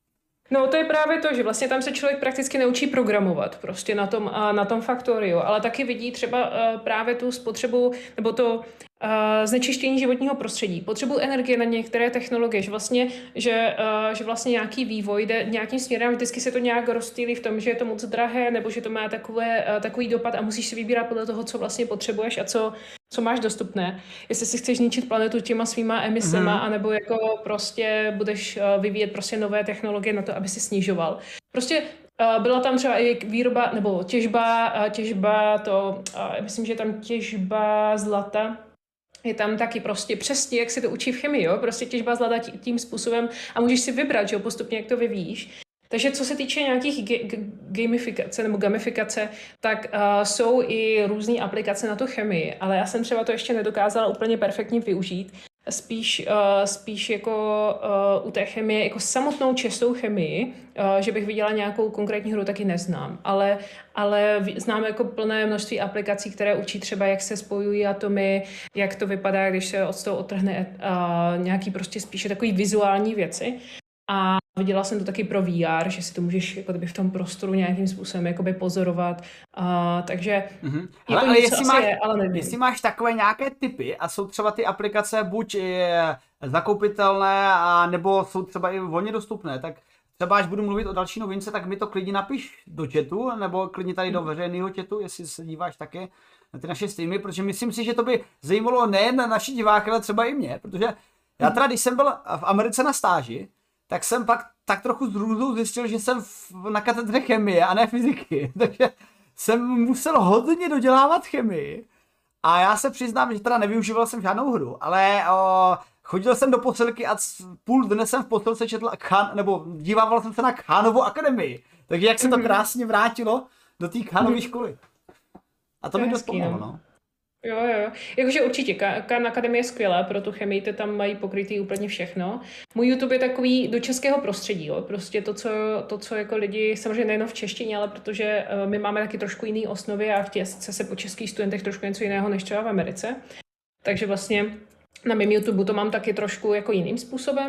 No to je právě to, že vlastně tam se člověk prakticky neučí programovat prostě na tom, na tom Factorio, ale taky vidí třeba uh, právě tu spotřebu, nebo to uh, znečištění životního prostředí, potřebu energie na některé technologie, že vlastně, že, uh, že vlastně nějaký vývoj jde nějakým směrem, vždycky se to nějak rozstýlí v tom, že je to moc drahé, nebo že to má takové, uh, takový dopad a musíš si vybírat podle toho, co vlastně potřebuješ a co, co máš dostupné. Jestli si chceš zničit planetu těma svýma emisema, mm-hmm. anebo jako prostě budeš uh, vyvíjet prostě nové technologie na to, aby si snižoval. Prostě uh, byla tam třeba i výroba, nebo těžba, uh, těžba to, uh, myslím, že tam těžba zlata, je tam taky prostě přesně, jak se to učí v chemii, jo? Prostě těžba zlata tím způsobem a můžeš si vybrat, že jo, postupně, jak to vyvíjíš. Takže co se týče nějakých ga- gamifikace nebo gamifikace, tak uh, jsou i různé aplikace na tu chemii, ale já jsem třeba to ještě nedokázala úplně perfektně využít. Spíš, uh, spíš jako uh, u té chemie, jako samotnou čistou chemii, uh, že bych viděla nějakou konkrétní hru, taky neznám. Ale, ale znám jako plné množství aplikací, které učí třeba, jak se spojují atomy, jak to vypadá, když se od toho odtrhne uh, nějaký prostě spíše takový vizuální věci. A viděla jsem to taky pro V R, že si to můžeš jako v tom prostoru nějakým způsobem jakoby pozorovat. Uh, takže mm-hmm. je to ale něco jestli asi máš, je, ale nevím. Jestli máš takové nějaké typy a jsou třeba ty aplikace buď je zakoupitelné, a nebo jsou třeba i volně dostupné, tak třeba až budu mluvit o další novince, tak mi to klidně napiš do chatu, nebo klidně tady do veřejného chatu, jestli se díváš taky na ty naše streamy, protože myslím si, že to by zajímalo nejen na naši diváky, ale třeba i mě, protože já teda, když jsem byl v Americe na stáži, tak jsem pak tak trochu z hrůzou zjistil, že jsem v, na katedře chemie a ne fyziky, takže jsem musel hodně dodělávat chemii a já se přiznám, že teda nevyužíval jsem žádnou hru, ale o, chodil jsem do posilky a půl dne jsem v posilce četl Khan, nebo dívával jsem se na Khanovu akademii, takže jak se to krásně vrátilo do té Khanovy školy. A to, to mi dost pomohlo, no. Jo, jo, jakože určitě, Khan Akademie je skvělá, pro tu chemii, ty tam mají pokrytý úplně všechno. Můj YouTube je takový do českého prostředí, jo, prostě to, co, to, co jako lidi, samozřejmě nejen v češtině, ale protože uh, my máme taky trošku jiný osnovy a chtějí se po českých studentech trošku něco jiného než třeba v Americe. Takže vlastně na mém YouTube to mám taky trošku jako jiným způsobem.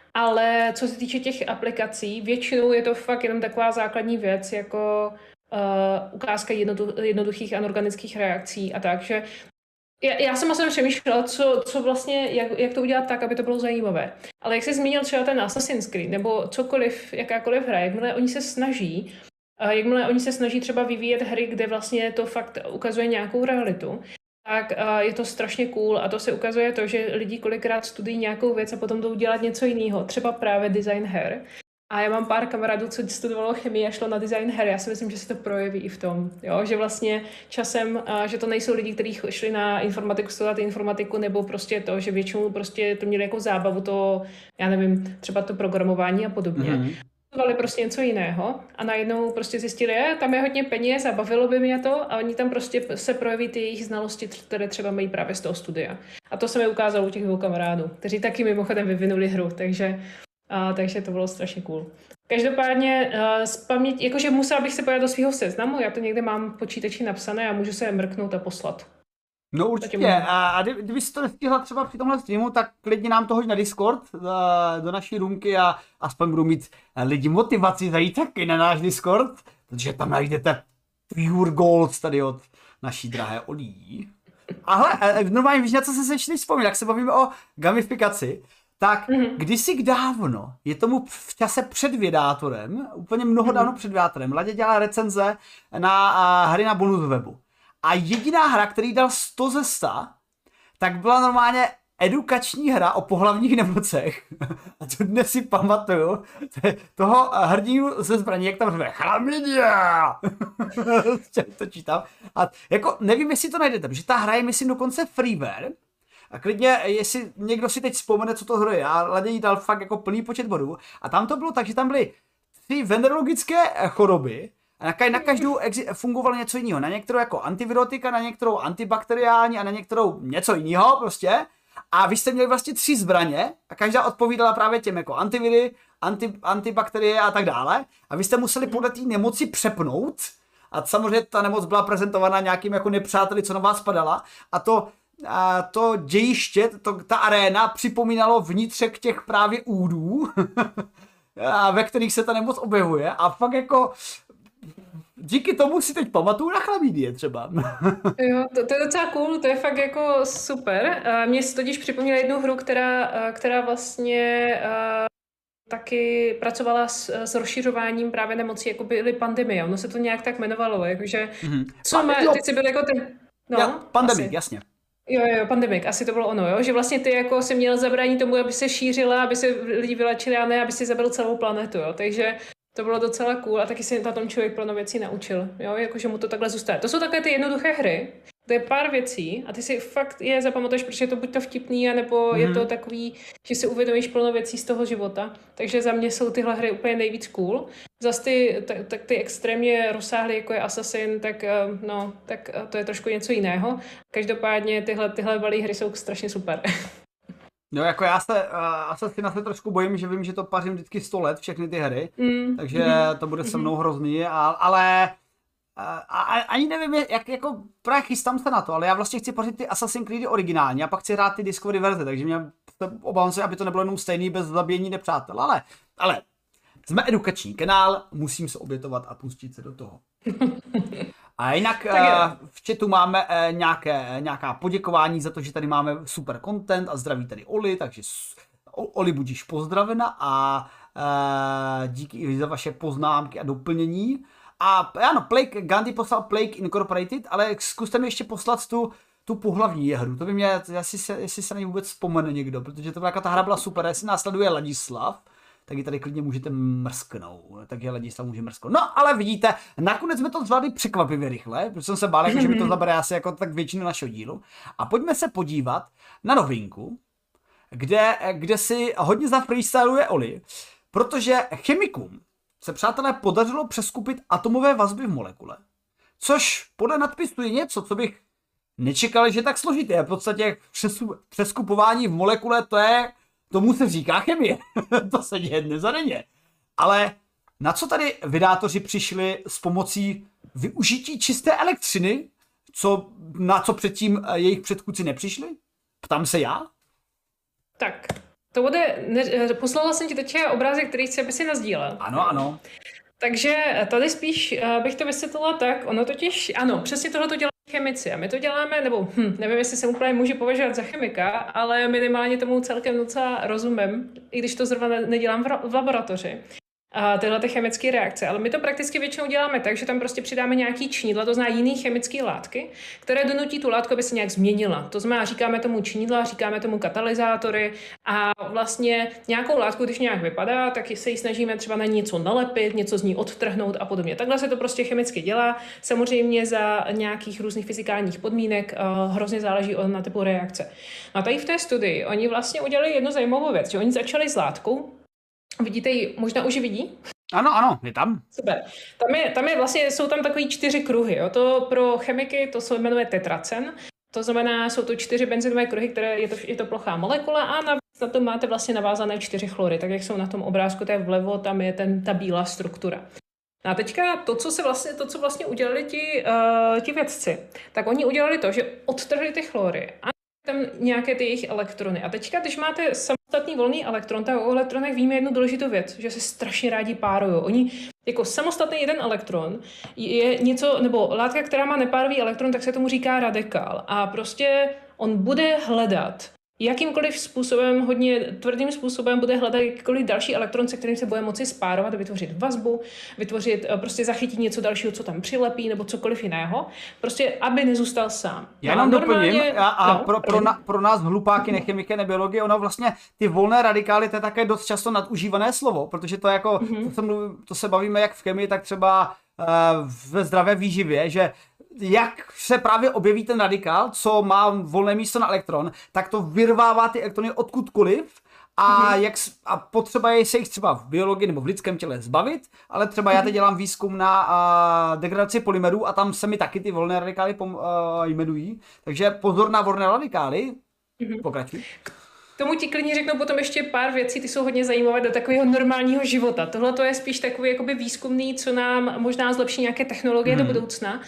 Ale co se týče těch aplikací, většinou je to fakt jenom taková základní věc, jako Uh, ukázka jednodu, jednoduchých anorganických reakcí a tak, že já, já jsem asi přemýšlela, co, co vlastně, jak, jak to udělat tak, aby to bylo zajímavé. Ale jak jsi zmínil třeba ten Assassin's Creed, nebo cokoliv, jakákoliv hra, jakmile oni se snaží, uh, jakmile oni se snaží třeba vyvíjet hry, kde vlastně to fakt ukazuje nějakou realitu, tak uh, je to strašně cool a to se ukazuje to, že lidi kolikrát studují nějakou věc a potom jdou dělat něco jiného, třeba právě design her. A já mám pár kamarádů, co studovalo chemii a šlo na design her. Já si myslím, že se to projeví i v tom, jo? Že vlastně časem, a že to nejsou lidi, kteří šli na informatiku, studovat informatiku, nebo prostě to, že většinou prostě to měli jako zábavu, to, já nevím, třeba to programování a podobně. Mm-hmm. Studovali prostě něco jiného a najednou prostě zjistili, že tam je hodně peněz a bavilo by mě to a oni tam prostě se projeví ty jejich znalosti, které třeba mají právě z toho studia. A to se mi ukázalo u těch dvou kamarádů, kteří taky mimochodem vyvinuli hru, takže A, takže to bylo strašně cool. Každopádně uh, z paměti, jakože musela bych se podívat do svého seznamu, já to někde mám v počítači napsané a můžu se mrknout a poslat. No určitě. A, a kdyby jsi to nestihla třeba při tomhle streamu, tak klidně nám to hoď na Discord, do naší roomky a aspoň budu mít lidi motivaci zajít taky na náš Discord, protože tam najdete pure gold tady od naší drahé Olí. Aha, normálně víš, na co se sešli vzpomínat, jak se bavíme o gamifikaci. Tak mm-hmm. kdysi dávno, je tomu v čase před Vědátorem, úplně mnoho mm-hmm. dávno před Vědátorem, Ladě dělala recenze na uh, hry na bonus webu. A jediná hra, který dal sto ze sto, tak byla normálně edukační hra o pohlavních nemocech. A to dnes si pamatuju, toho hrdinu ze zbraní, jak tam řve chlamydia! to čítám. A jako nevím, jestli to najdete, protože ta hra je myslím dokonce freeware. A klidně, jestli někdo si teď vzpomene, co to hra je, a Ladě jí dal fakt jako plný počet bodů. A tam to bylo tak, že tam byly tři venerologické choroby a na každou fungovalo něco jiného. Na některou jako antivirotika, na některou antibakteriální a na některou něco jiného prostě. A vy jste měli vlastně tři zbraně a každá odpovídala právě těm jako antiviry, anti, antibakterie a tak dále. A vy jste museli podle té nemoci přepnout. A samozřejmě ta nemoc byla prezentovaná nějakým jako nepřáteli, co na vás padala. A to A to dějiště, to, ta aréna připomínalo vnitřek těch právě údů, a ve kterých se ta nemoc objevuje a fakt jako díky tomu si teď pamatuju na chlamydie třeba. Jo, to, to je docela cool, to je fakt jako super. Mně se totiž připomněla jednu hru, která, která vlastně taky pracovala s, s rozšiřováním právě nemocí, jako byly pandemie. Ono se to nějak tak jmenovalo, jakože mm-hmm. co má, ty jsi byl jako ten... No, ja, pandemik, jasně. Jo, jo, pandemik, asi to bylo ono, jo? Že vlastně ty jako si měl zabránit tomu, aby se šířila, aby se lidi vylečili a ne, aby si zabil celou planetu, jo? Takže to bylo docela cool a taky si na tom člověk plno věcí naučil, jo? Jakože mu to takhle zůstane. To jsou takové ty jednoduché hry, to je pár věcí a ty si fakt je zapamatuješ, protože je to buď to vtipný, anebo mm. je to takový, že si uvědomíš plno věcí z toho života. Takže za mě jsou tyhle hry úplně nejvíc cool. Zas ty, tak, tak ty extrémně rozsáhlé, jako je Assassin, tak, no, tak to je trošku něco jiného. Každopádně tyhle, tyhle balí hry jsou strašně super. No jako já se uh, Assassina se trošku bojím, že vím, že to pařím vždycky sto let, všechny ty hry, mm. takže mm. to bude se mnou hrozný, ale a, a, ani nevím, jak jako právě chystám se na to, ale já vlastně chci pařit ty Assassin's Creedy originální a pak chci hrát ty Discovery verze, takže mě obávám se, aby to nebylo jenom stejný bez zabíjení nepřátel, ale, ale jsme edukační kanál, musím se obětovat a pustit se do toho. A jinak uh, v chatu máme uh, nějaké, nějaká poděkování za to, že tady máme super content a zdraví tady Oli, takže Oli budíš pozdravena a uh, díky i za vaše poznámky a doplnění. A ano, Plague, Gandhi poslal Plague Incorporated, ale zkuste mi ještě poslat tu, tu pohlavní hru. To by mě, jestli se, jestli se na ní vůbec vzpomene někdo, protože to byla, ta hra byla super, jestli následuje Ladislav, tak ji tady klidně můžete mrsknout, takže Ladislav může mrsknout. No, ale vidíte, nakonec jsme to zvládli překvapivě rychle, protože jsem se bál, že mi to zabere asi jako tak většinu našeho dílu. A pojďme se podívat na novinku, kde, kde si hodně zafreestyluje Oli, protože chemikům se, přátelé, podařilo přeskupit atomové vazby v molekule. Což podle nadpisu je něco, co bych nečekal, že je tak složité. V podstatě přeskupování v molekule, to je, tomu se říká chemie. To se děje dnes a denně. Ale na co tady vydátoři přišli s pomocí využití čisté elektřiny, co, na co předtím jejich předchůdci nepřišli? Ptám se já? Tak, to bude, ne, poslala jsem ti teď obrázek, který chci, aby si nasdílel. Ano, ano. Takže tady spíš bych to vysvětlila tak, ono totiž, ano, přesně tohle to dělají chemici a my to děláme, nebo hm, nevím, jestli se úplně může považovat za chemika, ale minimálně tomu celkem docela rozumím, i když to zrovna nedělám v, v laboratoři. a tyhle ty chemické reakce. Ale my to prakticky většinou děláme tak, že tam prostě přidáme nějaký činidla, to znamená jiný chemické látky, které donutí tu látku, aby se nějak změnila. To znamená, říkáme tomu činidla, říkáme tomu katalyzátory a vlastně nějakou látku, když nějak vypadá, tak se ji snažíme třeba na něco nalepit, něco z ní odtrhnout a podobně. Takhle se to prostě chemicky dělá. Samozřejmě za nějakých různých fyzikálních podmínek uh, hrozně záleží na typu reakce. No a tady v té studii oni vlastně udělali jednu zajímavou věc, že oni začali s látkou. Vidíte ji, možná už ji vidí? Ano, ano, je tam. Super. Tam, je, tam je vlastně, jsou tam takový čtyři kruhy. Jo? To pro chemiky to se jmenuje tetracen. To znamená, jsou to čtyři benzinové kruhy, které je to, je to plochá molekula a navíc na tom máte vlastně navázané čtyři chlory. Tak jak jsou na tom obrázku, to je vlevo, tam je ten, ta bílá struktura. A teďka to, co se vlastně, to, co vlastně udělali ti, uh, ti vědci, tak oni udělali to, že odtrhli ty chlory a tam nějaké ty jejich elektrony. A teďka, když máte samostatný volný elektron, tak o elektronech víme jednu důležitou věc, že se strašně rádi párují. Oni jako samostatný jeden elektron je něco, nebo látka, která má nepárový elektron, tak se tomu říká radikál. A prostě on bude hledat jakýmkoliv způsobem, hodně tvrdým způsobem bude hledat jakýkoliv další elektron, se kterým se bude moci spárovat, vytvořit vazbu, vytvořit, prostě zachytit něco dalšího, co tam přilepí, nebo cokoliv jiného, prostě aby nezůstal sám. Já jenom doplním, a, a no, pro, pro, na, pro nás hlupáky, nechemiky, nebiologie, ono vlastně ty volné radikály, to je také dost často nadužívané slovo, protože to jako, mm-hmm. to, se mluví, to se bavíme jak v chemii, tak třeba uh, ve zdravé výživě, že jak se právě objeví ten radikál, co má volné místo na elektron, tak to vyrvává ty elektrony odkudkoliv a, mm-hmm. jak, a potřeba je se jich třeba v biologii nebo v lidském těle zbavit, ale třeba mm-hmm. já teď dělám výzkum na a, degradaci polymerů a tam se mi taky ty volné radikály pom, a, jmenují, takže pozor na volné radikály, mm-hmm. pokračuj. Tomu ti klidně řeknu potom ještě pár věcí, ty jsou hodně zajímavé do takového normálního života. Tohle to je spíš takový jakoby výzkumný, co nám možná zlepší nějaké technologie mm. do budoucna.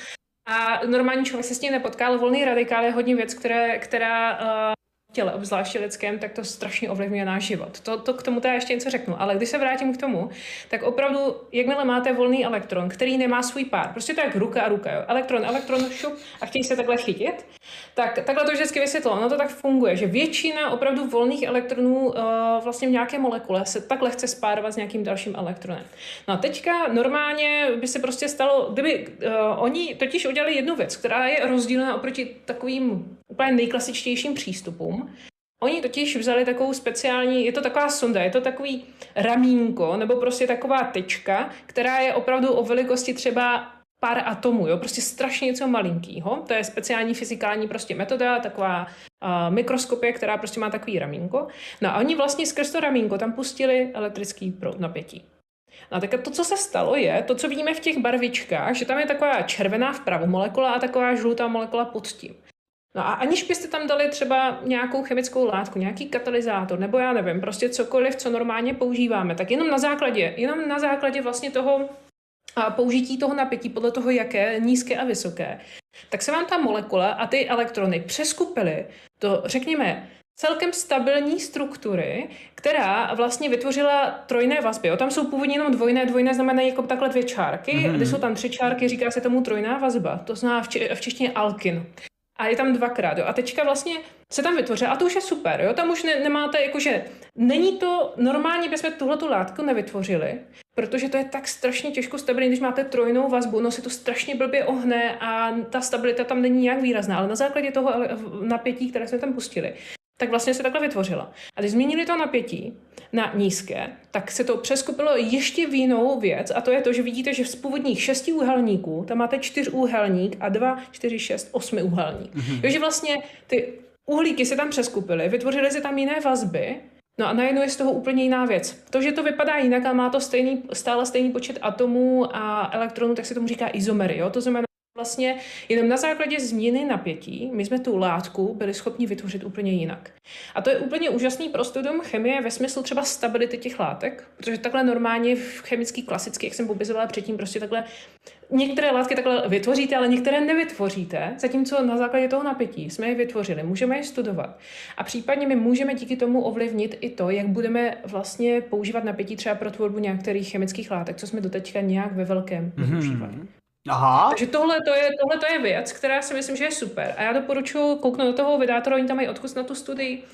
A normální člověk se s tím nepotká, ale volný radikál je hodně věc, které, která uh, těle, obzvláště lidském, tak to strašně ovlivňuje náš život. To, to k tomu já ještě něco řeknu. Ale když se vrátím k tomu, tak opravdu, jakmile máte volný elektron, který nemá svůj pár, prostě to je jak ruka a ruka, jo? elektron, elektron, šup a chtějí se takhle chytit, tak takhle to vždycky vysvětlilo. Ono to tak funguje, že většina opravdu volných elektronů uh, vlastně v nějaké molekule se takhle chce spárovat s nějakým dalším elektronem. No a teďka normálně by se prostě stalo, kdyby uh, oni totiž udělali jednu věc, která je rozdílná oproti takovým úplně nejklasičtějším přístupům. Oni totiž vzali takovou speciální, je to taková sonda, je to takový ramínko, nebo prostě taková tyčka, která je opravdu o velikosti třeba pár atomů, jo, prostě strašně něco malinkýho. To je speciální fyzikální prostě metoda, taková uh, mikroskopie, která prostě má takový ramínko. No a oni vlastně skrz to ramínko tam pustili elektrický proud napětí. No tak to, co se stalo, je to, co vidíme v těch barvičkách, že tam je taková červená vpravo molekula a taková žlutá molekula pod tím. No a aniž byste tam dali třeba nějakou chemickou látku, nějaký katalyzátor, nebo já nevím, prostě cokoliv, co normálně používáme, tak jenom na základě, jenom na základě vlastně toho a použití toho napětí podle toho, jaké, nízké a vysoké, tak se vám ta molekula a ty elektrony přeskupily do, řekněme, celkem stabilní struktury, která vlastně vytvořila trojné vazby. Jo? Tam jsou původně jenom dvojné, dvojné znamená jako takhle dvě čárky, mm-hmm. a když jsou tam tři čárky, říká se tomu trojná vazba, to znamená v, če- v češtině alkin. A je tam dvakrát, jo. A teďka vlastně se tam vytvořila, a to už je super, jo. Tam už ne, nemáte, jakože, není to, normálně bychom tuhletu látku nevytvořili, protože to je tak strašně těžko stabilní, když máte trojnou vazbu, no se to strašně blbě ohne a ta stabilita tam není nějak výrazná, ale na základě toho napětí, které jsme tam pustili, tak vlastně se takhle vytvořila. A když změnili to napětí na nízké, tak se to přeskupilo ještě v jinou věc a to je to, že vidíte, že z původních šesti úhelníků tam máte čtyřúhelník a dva, čtyři, šest, osmi úhelník. Mm-hmm. Takže vlastně ty uhlíky se tam přeskupily, vytvořily se tam jiné vazby, no a najednou je z toho úplně jiná věc. To, že to vypadá jinak a má to stejný, stále stejný počet atomů a elektronů, tak se tomu říká izomery, jo? To znamená, vlastně jenom na základě změny napětí my jsme tu látku byli schopni vytvořit úplně jinak. A to je úplně úžasný pro studium chemie ve smyslu třeba stability těch látek, protože takhle normálně v chemický klasický, jak jsem popisovala předtím, prostě takhle některé látky takhle vytvoříte, ale některé nevytvoříte, zatímco na základě toho napětí jsme je vytvořili, můžeme je studovat. A případně my můžeme díky tomu ovlivnit i to, jak budeme vlastně používat napětí třeba pro tvorbu některých chemických látek, co jsme doteďka nějak ve velkém používali. Mm-hmm. Aha. Takže tohle to, je, tohle to je věc, která si myslím, že je super. A já doporučuji kouknout do toho vydátora, oni tam mají odkus na tu studii.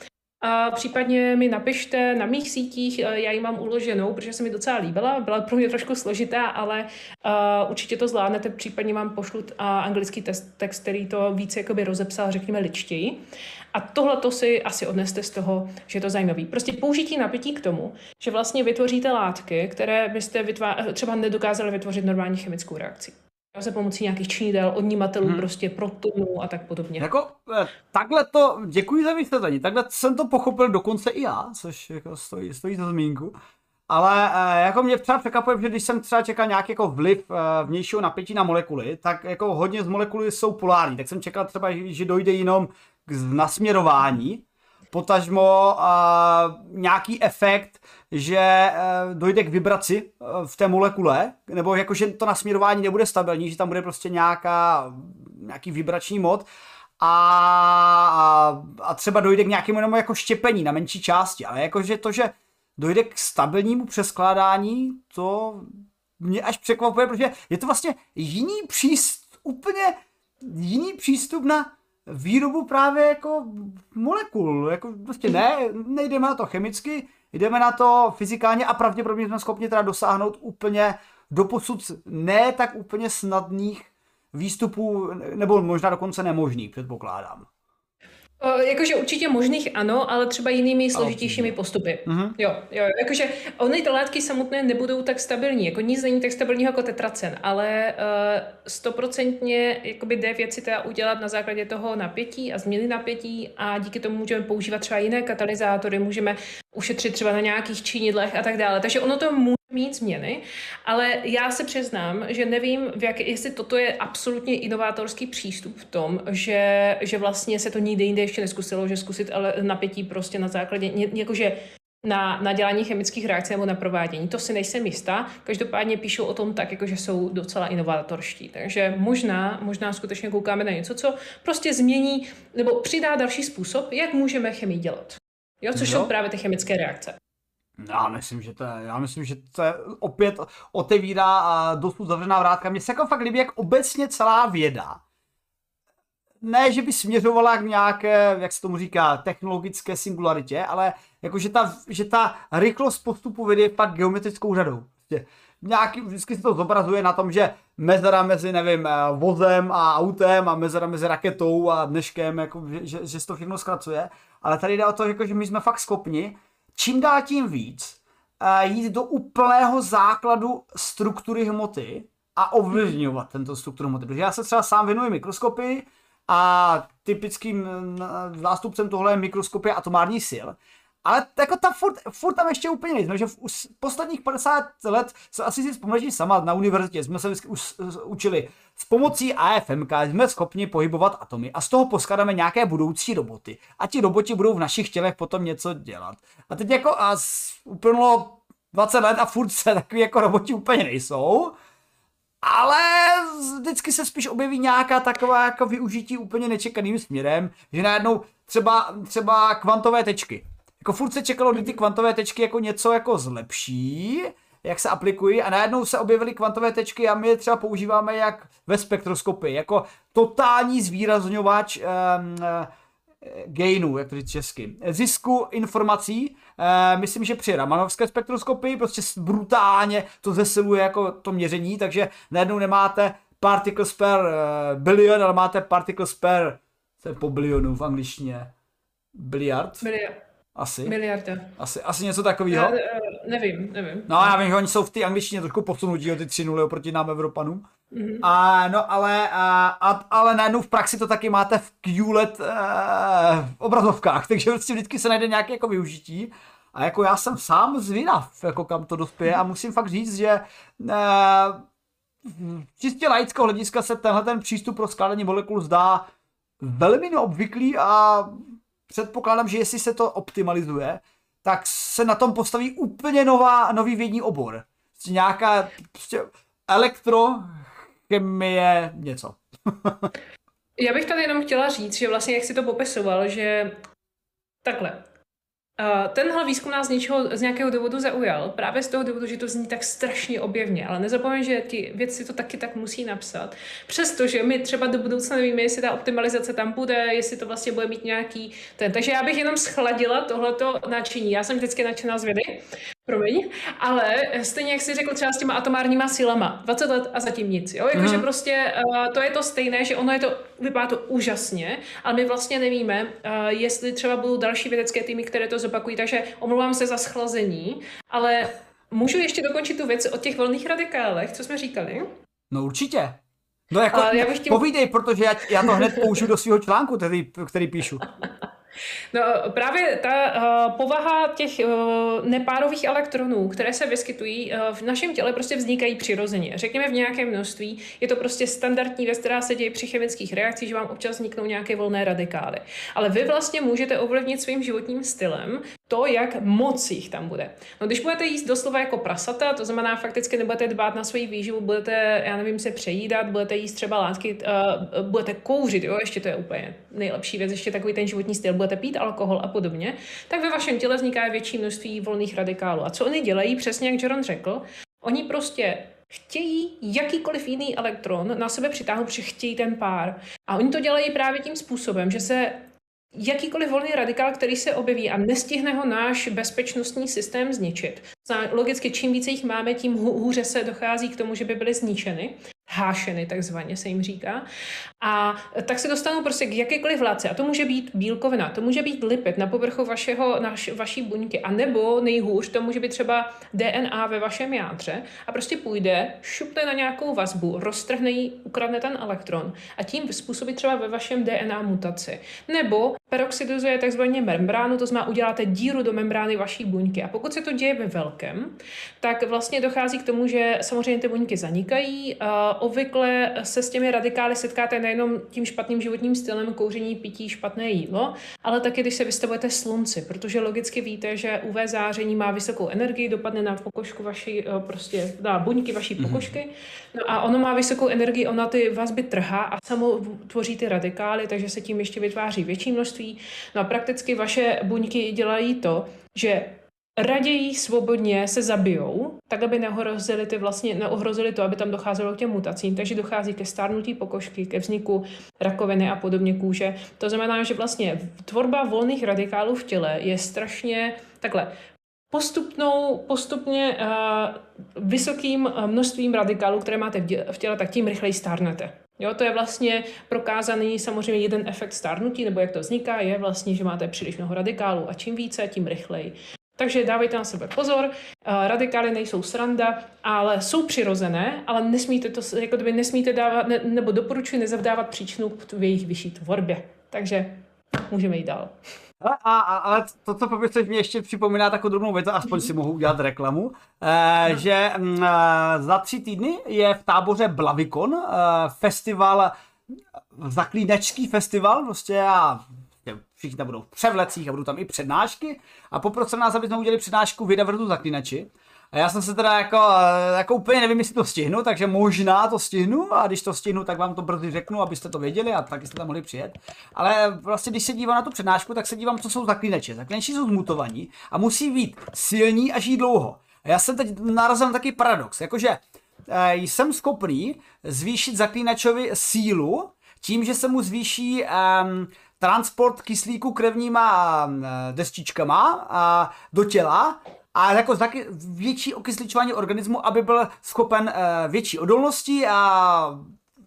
A případně mi napište na mých sítích, já ji mám uloženou, protože se mi docela líbila, byla pro mě trošku složitá, ale uh, určitě to zvládnete, případně vám pošlu uh, anglický text, text, který to více jakoby rozepsal, řekněme, ličtěji. A tohle to si asi odneste z toho, že je to zajímavý. Prostě použití napětí k tomu, že vlastně vytvoříte látky, které byste vytvá- třeba nedokázali vytvořit normální chemickou reakci. Se pomocí nějakých činidel, odnímatelů, hmm. prostě protonů a tak podobně. Jako takhle to, děkuji za vysvětlení, takhle jsem to pochopil dokonce i já, což jako stojí, stojí za zmínku. Ale jako mě třeba překvapuje, že když jsem třeba čekal nějaký jako vliv vnějšího napětí na molekuly, tak jako hodně z molekuly jsou polární, tak jsem čekal třeba, že dojde jenom k nasměrování, potažmo uh, nějaký efekt, že uh, dojde k vibraci uh, v té molekule, nebo jako, že to nasměrování nebude stabilní, že tam bude prostě nějaká, nějaký vibrační mod a, a třeba dojde k nějakému jenom jako štěpení na menší části, ale jakože to, že dojde k stabilnímu přeskládání, to mě až překvapuje, protože je to vlastně jiný přístup, úplně jiný přístup na výrobu právě jako molekul, jako prostě ne, nejdeme na to chemicky, jdeme na to fyzikálně a pravděpodobně jsme schopni teda dosáhnout úplně doposud ne tak úplně snadných výstupů, nebo možná dokonce nemožných, předpokládám. O, jakože určitě možných ano, ale třeba jinými složitějšími postupy. Mm-hmm. Jo, jo, jakože ony ty látky samotné nebudou tak stabilní, jako nic není tak stabilního jako tetracen, ale stoprocentně uh, jakoby jde věci teda udělat na základě toho napětí a změny napětí a díky tomu můžeme používat třeba jiné katalyzátory, můžeme ušetřit třeba na nějakých činidlech a tak dále. Takže ono to může mít změny, ale já se přiznám, že nevím, v jak, jestli toto je absolutně inovátorský přístup v tom, že, že vlastně se to nikdy jinde ještě neskusilo, že zkusit ale napětí prostě na základě, jakože na, na dělání chemických reakcí nebo na provádění. To si nejsem jistá. Každopádně píšou o tom tak, jakože jsou docela inovátorští. Takže možná, možná skutečně koukáme na něco, co prostě změní nebo přidá další způsob, jak můžeme chemii dělat. Jo, což jo. Jsou právě ty chemické reakce. Já myslím, že to je, já myslím, že to je opět otevírá a dosud zavřená vrátka. Mně se jako fakt líbí, jak obecně celá věda, ne, že by směřovala k nějaké, jak se tomu říká, technologické singularitě, ale jako, že ta, že ta rychlost postupu vědy je fakt geometrickou řadou. Nějaký, vždycky se to zobrazuje na tom, že mezera mezi, nevím, vozem a autem a mezera mezi raketou a dneškem, jako, že, že se to všechno zkracuje. Ale tady jde o to, jako, že my jsme fakt schopni čím dál tím víc jít do úplného základu struktury hmoty a ovlivňovat tento strukturu hmoty. Protože já se třeba sám věnuji mikroskopii a typickým zástupcem tohle je mikroskopie atomárních sil. Ale jako tam furt, furt tam ještě úplně nejsme, že v posledních padesát let se asi si vzpomněli sama na univerzitě, jsme se vždycky už učili s pomocí A F M K, jsme schopni pohybovat atomy a z toho poskládáme nějaké budoucí roboty. A ti roboti budou v našich tělech potom něco dělat. A teď jako a uplynulo dvacet let a furt se takový jako roboti úplně nejsou. Ale vždycky se spíš objeví nějaká taková jako využití úplně nečekaným směrem, že najednou třeba, třeba kvantové tečky. Jako furt se čekalo, kdy ty kvantové tečky jako něco jako zlepší, jak se aplikují a najednou se objevily kvantové tečky a my je třeba používáme jak ve spektroskopii, jako totální zvýrazňovač um, uh, gainu, jak to říct česky, zisku informací. Uh, myslím, že při ramanovské spektroskopii prostě brutálně to zesiluje jako to měření, takže najednou nemáte particles per uh, billion, ale máte particles per, co je po bilionu v angličtině, biliard. Biliard. Asi. Miliarda. Asi, asi něco takového. Nevím, nevím. No já vím, že oni jsou v té angličtině trošku posunutí o ty tři nuly oproti nám Evropanům. Mm-hmm. A, no ale, a, a, ale najednou v praxi to taky máte v Q L E D uh, obrazovkách, takže vlastně vždycky se najde nějaké jako využití. A jako já jsem sám zvědav, jako kam to dospěje a musím fakt říct, že uh, čistě laického hlediska se tenhle ten přístup pro skládání molekul zdá velmi neobvyklý a předpokládám, že jestli se to optimalizuje, tak se na tom postaví úplně nová, nový vědní obor. Prostě nějaká prostě elektrochemie něco. Já bych tady jenom chtěla říct, že vlastně jak si to popisoval, že takhle. Uh, tenhle výzkum nás z, něčeho, z nějakého důvodu zaujal. Právě z toho důvodu, že to zní tak strašně objevně. Ale nezapomeň, že ti vědci to taky tak musí napsat. Přestože my třeba do budoucna nevíme, jestli ta optimalizace tam bude, jestli to vlastně bude mít nějaký ten. Takže já bych jenom schladila tohleto nadšení. Já jsem vždycky nadšená z vědy. Promiň, ale stejně jak jsi řekl třeba s těma atomárníma silama, dvacet let a zatím nic, jo, jakože mm. prostě uh, to je to stejné, že ono je to, vypadá to úžasně, ale my vlastně nevíme, uh, jestli třeba budou další vědecké týmy, které to zopakují, takže omlouvám se za schlazení, ale můžu ještě dokončit tu věc o těch volných radikálech, co jsme říkali? No určitě. No jako, uh, já bych tím... povídej, protože já, já to hned použiju do svého článku, který, který píšu. No právě ta uh, povaha těch uh, nepárových elektronů, které se vyskytují uh, v našem těle, prostě vznikají přirozeně. Řekněme v nějakém množství. Je to prostě standardní věc, která se děje při chemických reakcích, že vám občas vzniknou nějaké volné radikály. Ale vy vlastně můžete ovlivnit svým životním stylem to, jak moc jich tam bude. No, když budete jíst doslova jako prasata, to znamená fakticky nebudete dbát na svoji výživu, budete, já nevím, se přejídat, budete jíst třeba látky, uh, budete kouřit, jo, ještě to je úplně nejlepší věc, ještě takový ten životní styl, budete pít alkohol a podobně, tak ve vašem těle vzniká větší množství volných radikálů. A co oni dělají, přesně jak Jeroen řekl, oni prostě chtějí jakýkoliv jiný elektron na sebe přitáhnout, protože chtějí ten pár. A oni to dělají právě tím způsobem, že se jakýkoliv volný radikál, který se objeví a nestihne ho náš bezpečnostní systém zničit. Logicky, čím více jich máme, tím hůře se dochází k tomu, že by byly zničeny. Hášeny, takzvaně se jim říká. A tak se dostanou prostě k jakékoliv látce. A to může být bílkovina, to může být lipid na povrchu vašeho, naš, vaší buňky. A nebo nejhůř, to může být třeba D N A ve vašem jádře. A prostě půjde, šupne na nějakou vazbu, roztrhne ji, ukradne ten elektron. A tím způsobí třeba ve vašem D N A mutaci. Nebo peroxidizuje takzvaně membránu, to znamená uděláte díru do membrány vaší buňky. A pokud se to děje ve velkém, tak vlastně dochází k tomu, že samozřejmě ty buňky zanikají. Obvykle se s těmi radikály setkáte nejenom tím špatným životním stylem, kouření, pití, špatné jídlo, ale taky, když se vystavujete slunci, protože logicky víte, že U V záření má vysokou energii, dopadne na pokožku vaší, prostě na buňky vaší pokožky, no a ono má vysokou energii, ona ty vazby trhá a samo tvoří ty radikály, takže se tím ještě vytváří větší množství. No a prakticky vaše buňky dělají to, že raději svobodně se zabijou, tak aby neohrozili, ty vlastně, neohrozili to, aby tam docházelo k těm mutacím, takže dochází ke stárnutí pokožky, ke vzniku rakoviny a podobně kůže. To znamená, že vlastně tvorba volných radikálů v těle je strašně takhle postupnou, postupně uh, vysokým množstvím radikálů, které máte v těle, tak tím rychleji stárnete. Jo, to je vlastně prokázaný samozřejmě jeden efekt stárnutí, nebo jak to vzniká, je vlastně, že máte příliš mnoho radikálů a čím více, tím rychleji. Takže dávejte na sebe pozor, radikály nejsou sranda, ale jsou přirozené, ale nesmíte to, jako kdyby nesmíte dávat, ne, nebo doporučuji nezavdávat příčinu v jejich vyšší tvorbě. Takže můžeme jít dál. Ale, a, a, ale to, co popisuješ, mě ještě připomíná takovou drobnou věc, aspoň si mohu udělat reklamu, eh, no. že mm, za tři týdny je v táboře Blavikon eh, festival, zaklínačský festival, prostě a všichni tam budou v převlecích a budou tam i přednášky a poprosil nás, aby jsme udělali přednášku Věda versus zaklínači. A já jsem se teda jako, jako úplně nevím, jestli to stihnu, takže možná to stihnu a když to stihnu, tak vám to brzy řeknu, abyste to věděli a taky jste tam mohli přijet. Ale vlastně, když se dívám na tu přednášku, tak se dívám, co jsou zaklínači. Zaklínači jsou zmutovaní a musí být silní a žít dlouho. A já jsem teď narazil na takový paradox, jakože e, jsem schopný zvýšit zaklínačovi sílu tím, že se mu zvýší e, transport kyslíku krevníma destičkama a do těla a jako větší okysličování organismu, aby byl schopen větší odolnosti a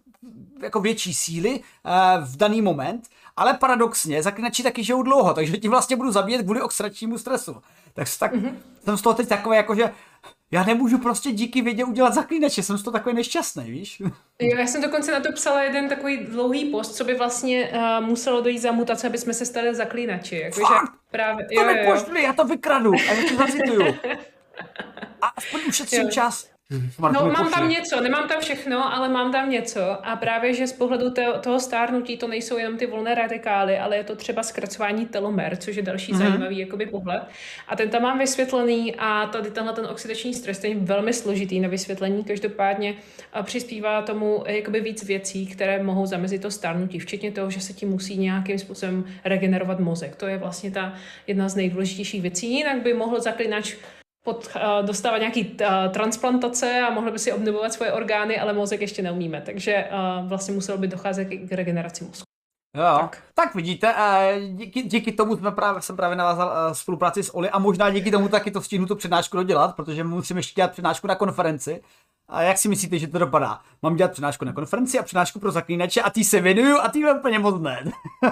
jako větší síly v daný moment. Ale paradoxně zaklínači taky žijou dlouho, takže tím vlastně budu zabíjet kvůli oxidačnímu stresu. Tak, tak mm-hmm. jsem z toho teď takový jako, že já nemůžu prostě díky vědě udělat zaklínače, jsem z toho takový nešťastný, víš? Jo, já jsem dokonce na to psala jeden takový dlouhý post, co by vlastně uh, muselo dojít za mutace, aby jsme se stali zaklínači. Jako, že právě, to mi pošli, já to vykradu a já to zacituju. A aspoň ušetřím čas. No, mám tam něco, nemám tam všechno, ale mám tam něco. A právě, že z pohledu toho, toho stárnutí to nejsou jenom ty volné radikály, ale je to třeba zkracování telomer, což je další mm-hmm. zajímavý jakoby pohled. A ten tam mám vysvětlený a tady tenhle ten oxidační stres je velmi složitý na vysvětlení. Každopádně přispívá tomu jakoby víc věcí, které mohou zamezit to stárnutí, včetně toho, že se ti musí nějakým způsobem regenerovat mozek. To je vlastně ta jedna z nejdůležitějších věcí. Jinak by mohl zaklinač pod, uh, dostávat nějaký uh, transplantace a mohli by si obnovovat svoje orgány, ale mozek ještě neumíme, takže uh, vlastně muselo by docházet k regeneraci mozku. Jo, tak, tak vidíte, díky, díky tomu jsme právě, jsem právě navázal spolupráci s Oli a možná díky tomu taky to stihnu tu přednášku dodělat, protože musím ještě dělat přednášku na konferenci. A jak si myslíte, že to dopadá? Mám dělat přednášku na konferenci a přednášku pro zaklínače a ty se věnuju a ty úplně moc ne.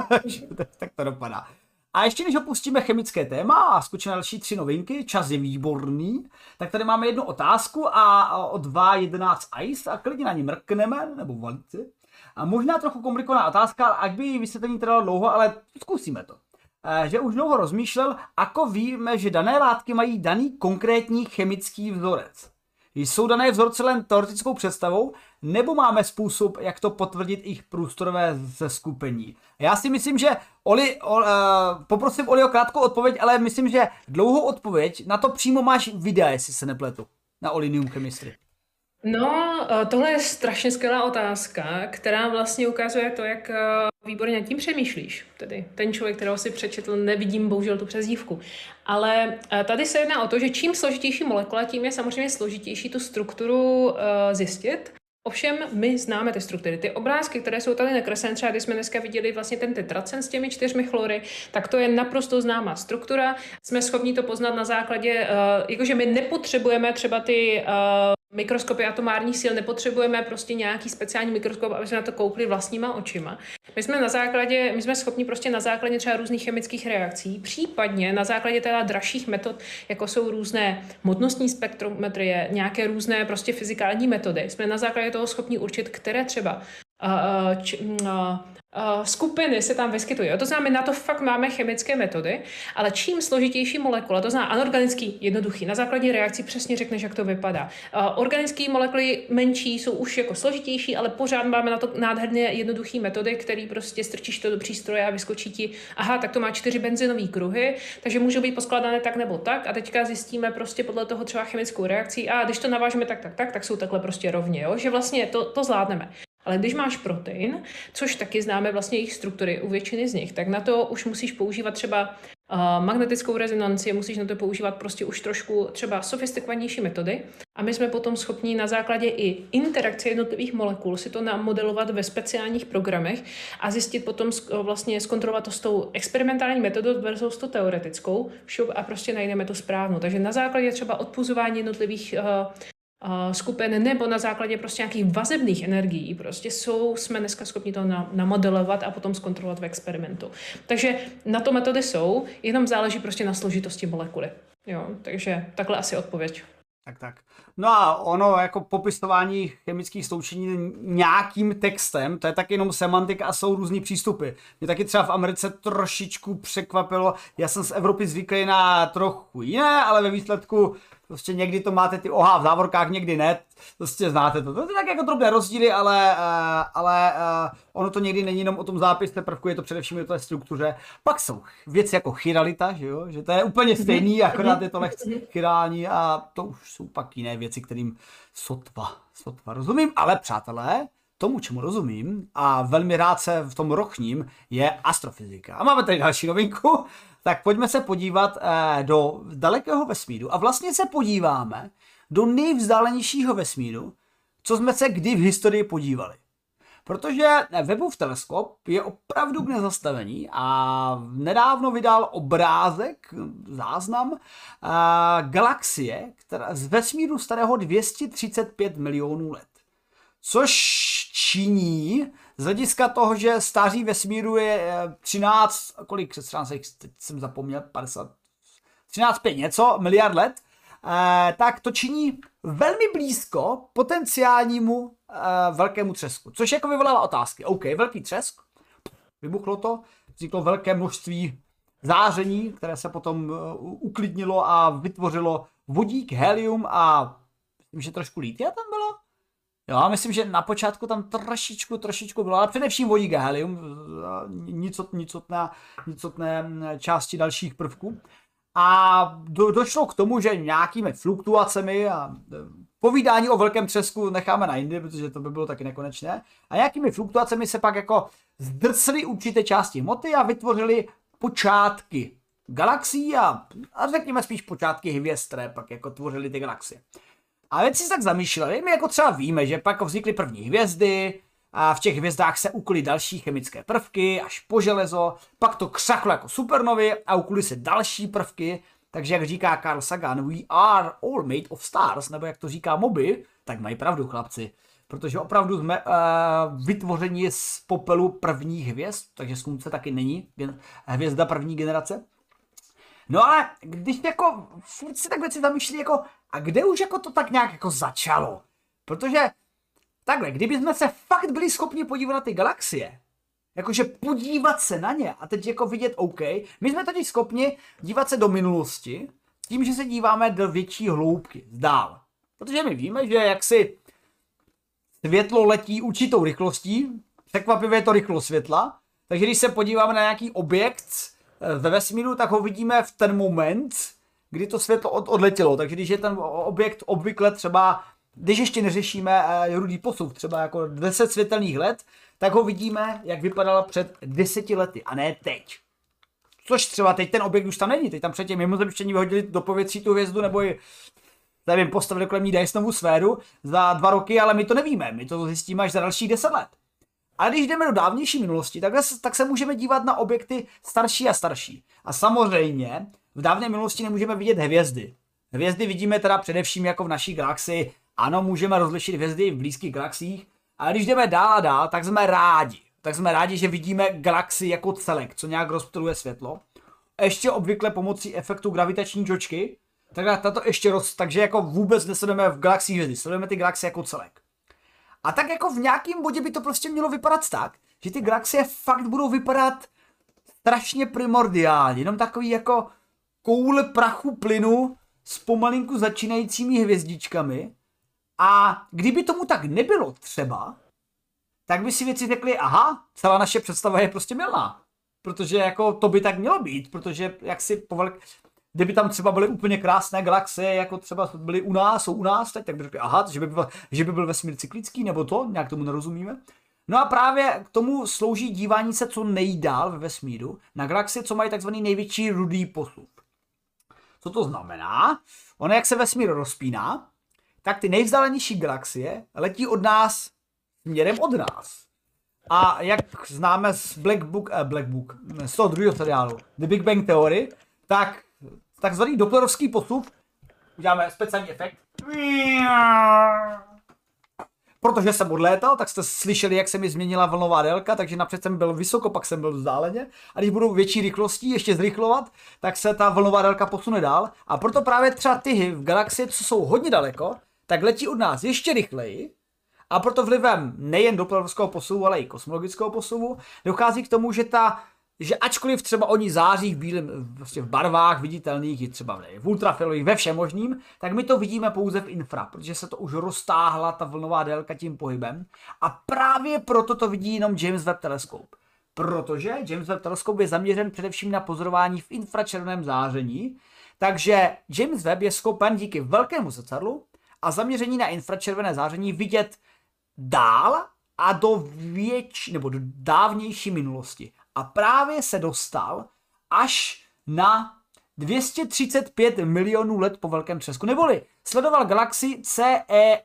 Tak to dopadá. A ještě než opustíme chemické téma a skočíme na další tři novinky, čas je výborný, tak tady máme jednu otázku a od dva jedenáct Ice a klidně na ní mrkneme, nebo valici. A možná trochu komplikovaná otázka, ať by vysvětlení trvalo dlouho, ale zkusíme to. E, že už dlouho rozmýšlel, ako víme, že dané látky mají daný konkrétní chemický vzorec. Jsou dané vzorce len teoretickou představou, nebo máme způsob, jak to potvrdit jejich průstorové zeskupení? Já si myslím, že Oli, o, uh, poprosím Oli o krátkou odpověď, ale myslím, že dlouhou odpověď, na to přímo máš videa, jestli se nepletu, na Olinium Chemistry. No, tohle je strašně skvělá otázka, která vlastně ukazuje to, jak výborně nad tím přemýšlíš. Tedy ten člověk, kterého si přečetl, nevidím bohužel tu přezdívku. Ale tady se jedná o to, že čím složitější molekula, tím je samozřejmě složitější tu strukturu zjistit. Ovšem, my známe ty struktury. Ty obrázky, které jsou tady nakreslené, třeba když jsme dneska viděli vlastně ten tetracen s těmi čtyřmi chlory, tak to je naprosto známá struktura. Jsme schopni to poznat na základě, uh, jakože my nepotřebujeme třeba ty uh, mikroskopy atomárních sil, nepotřebujeme prostě nějaký speciální mikroskop, aby jsme na to koukli vlastníma očima. My jsme na základě, my jsme schopni prostě na základě třeba různých chemických reakcí, případně na základě teda dražších metod, jako jsou různé hmotnostní spektrometrie, nějaké různé prostě fyzikální metody, jsme na základě toho schopni určit, které třeba uh, č, uh, Uh, skupiny se tam vyskytují. To znamená, na to fakt máme chemické metody, ale čím složitější molekula, to znamená anorganický, jednoduchý, na základě reakcí přesně řekneš, jak to vypadá. Uh, organické molekuly menší jsou už jako složitější, ale pořád máme na to nádherně jednoduché metody, které prostě strčíš to do přístroje a vyskočí ti, aha, tak to má čtyři benzinové kruhy, takže můžou být poskládané tak nebo tak a teďka zjistíme prostě podle toho třeba chemickou reakcí a když to navážeme tak, tak, tak, tak jsou takhle prostě rovně, jo? Že vlastně to, to zvládneme. Ale když máš protein, což taky známe vlastně jejich struktury u většiny z nich, tak na to už musíš používat třeba uh, magnetickou rezonanci, musíš na to používat prostě už trošku třeba sofistikovanější metody. A my jsme potom schopni na základě i interakce jednotlivých molekul si to namodelovat ve speciálních programech a zjistit potom vlastně zkontrolovat to s tou experimentální metodou versus to teoretickou šup a prostě najdeme tu správnou. Takže na základě třeba odpuzování jednotlivých uh, skupin nebo na základě prostě nějakých vazebných energií prostě jsou, jsme dneska schopni to namodelovat a potom zkontrolovat v experimentu. Takže na to metody jsou, jenom záleží prostě na složitosti molekuly. Jo, takže takhle asi odpověď. Tak, tak. No a ono jako popisování chemických sloučení nějakým textem, to je tak jenom semantika a jsou různý přístupy. Mě taky třeba v Americe trošičku překvapilo, já jsem z Evropy zvyklý na trochu jiné, ale ve výsledku prostě někdy to máte ty ohá v závorkách, někdy ne, prostě znáte to. To je tak jako drobné rozdíly, ale, ale ono to někdy není jenom o tom zápise prvku, je to především o té struktuře. Pak jsou věci jako chiralita, že jo, že to je úplně stejný, akorát je to lehce chirální a to už jsou pak jiné věci, kterým sotva, sotva rozumím, ale přátelé, tomu, čemu rozumím a velmi rád se v tom rochním, je astrofyzika. A máme tady další novinku, tak pojďme se podívat eh, do dalekého vesmíru a vlastně se podíváme do nejvzdálenějšího vesmíru, co jsme se kdy v historii podívali. Protože Webbův teleskop je opravdu k nezastavení a nedávno vydal obrázek, záznam eh, galaxie, která z vesmíru starého dvě stě třicet pět milionů let. Což činí z hlediska toho, že stáří vesmíru je třináct, kolik třináct, teď jsem zapomněl, padesát, třináct pět něco miliard let, eh, tak to činí velmi blízko potenciálnímu eh, velkému třesku. Což jako vyvolává otázky. OK, velký třesk, vybuchlo to, vzniklo velké množství záření, které se potom uh, uklidnilo a vytvořilo vodík, helium a že trošku lítia tam bylo. Jo, já myslím, že na počátku tam trošičku, trošičku bylo, ale především vodík a helium, nicotné, nicotné části dalších prvků. A do, došlo k tomu, že nějakými fluktuacemi a povídání o velkém třesku necháme na jindy, protože to by bylo taky nekonečné. A nějakými fluktuacemi se pak jako zdrcly určité části hmoty a vytvořily počátky galaxií a, a řekněme spíš počátky hvězd, které pak jako tvořily ty galaxie. A věci se tak zamýšleli, my jako třeba víme, že pak vznikly první hvězdy, a v těch hvězdách se ukuly další chemické prvky, až po železo, pak to křachlo jako supernovy a ukuly se další prvky, takže jak říká Carl Sagan, we are all made of stars, nebo jak to říká Moby, tak mají pravdu chlapci, protože opravdu jsme uh, vytvořeni z popelu prvních hvězd, takže slunce taky není hvězda první generace. No ale když jako furt si tak věci zamýšlí, jako a kde už jako to tak nějak jako začalo, protože takhle, kdyby jsme se fakt byli schopni podívat na ty galaxie, jakože podívat se na ně a teď jako vidět OK, my jsme totiž schopni dívat se do minulosti tím, že se díváme do větší hloubky, dál. Protože my víme, že jak si světlo letí určitou rychlostí, překvapivě je to rychlost světla, takže když se podíváme na nějaký objekt ve vesmíru, tak ho vidíme v ten moment, kdy to světlo od, odletělo. Takže když je ten objekt obvykle třeba, když ještě neřešíme uh, rudý posuv, třeba jako deset světelných let, tak ho vidíme, jak vypadal před deseti lety, a ne teď. Což třeba teď ten objekt už tam není, teď tam předtím mimozemštění vyhodili do povětří tu hvězdu, nebo ji, nevím, postavili kolem ní Dysonovu sféru za dva roky, ale my to nevíme, my to zjistíme až za dalších deset let. Ale když jdeme do dávnější minulosti, tak, tak se můžeme dívat na objekty starší a starší. A samozřejmě v dávné minulosti nemůžeme vidět hvězdy. Hvězdy vidíme teda především jako v naší galaxii. Ano, můžeme rozlišit hvězdy v blízkých galaxiích, ale když jdeme dál a dál, tak jsme rádi. Tak jsme rádi, že vidíme galaxii jako celek, co nějak rozptyluje světlo. Ještě obvykle pomocí efektu gravitační čočky. Tak tato ještě roz... Takže jako vůbec nesledujeme v galaxii hvězdy, sledujeme ty galaxie jako celek. A tak jako v nějakém bodě by to prostě mělo vypadat tak, že ty galaxie fakt budou vypadat strašně primordiálně, jenom takový jako koule prachu plynu s pomalinku začínajícími hvězdičkami. A kdyby tomu tak nebylo třeba, tak by si věci řekli, aha, celá naše představa je prostě mylná. Protože jako to by tak mělo být, protože jak si povelk... Kdyby tam třeba byly úplně krásné galaxie, jako třeba byly u nás, jsou u nás teď, tak by řekli, aha, že by, byl, že by byl vesmír cyklický, nebo to, nějak tomu nerozumíme. No a právě k tomu slouží dívání se co nejdál ve vesmíru na galaxie, co mají takzvaný největší rudý posuv. Co to znamená? Ono, jak se vesmír rozpíná, tak ty nejvzdálenější galaxie letí od nás směrem od nás. A jak známe z Black Book, eh, Black Book, z toho druhého seriálu, The Big Bang Theory, tak takzvaný dopplerovský posuv, uděláme speciální efekt. Protože jsem odlétal, tak jste slyšeli, jak se mi změnila vlnová délka, takže napřed jsem byl vysoko, pak jsem byl vzdáleně. A když budou větší rychlostí ještě zrychlovat, tak se ta vlnová délka posune dál. A proto právě třeba ty v galaxie, co jsou hodně daleko, tak letí od nás ještě rychleji. A proto vlivem nejen dopplerovského posuvu, ale i kosmologického posuvu dochází k tomu, že ta že ačkoliv třeba oni září v bílém, prostě v barvách viditelných, i třeba v ultrafialových, ve všem možným, tak my to vidíme pouze v infra, protože se to už roztáhla ta vlnová délka tím pohybem. A právě proto to vidí jenom James Webb teleskop. Protože James Webb teleskop je zaměřen především na pozorování v infračerveném záření, takže James Webb je schopen díky velkému zrcadlu a zaměření na infračervené záření vidět dál a do větší nebo do dávnější minulosti. A právě se dostal až na dvě stě třicet pět milionů let po velkém třesku. Neboli sledoval galaxii C E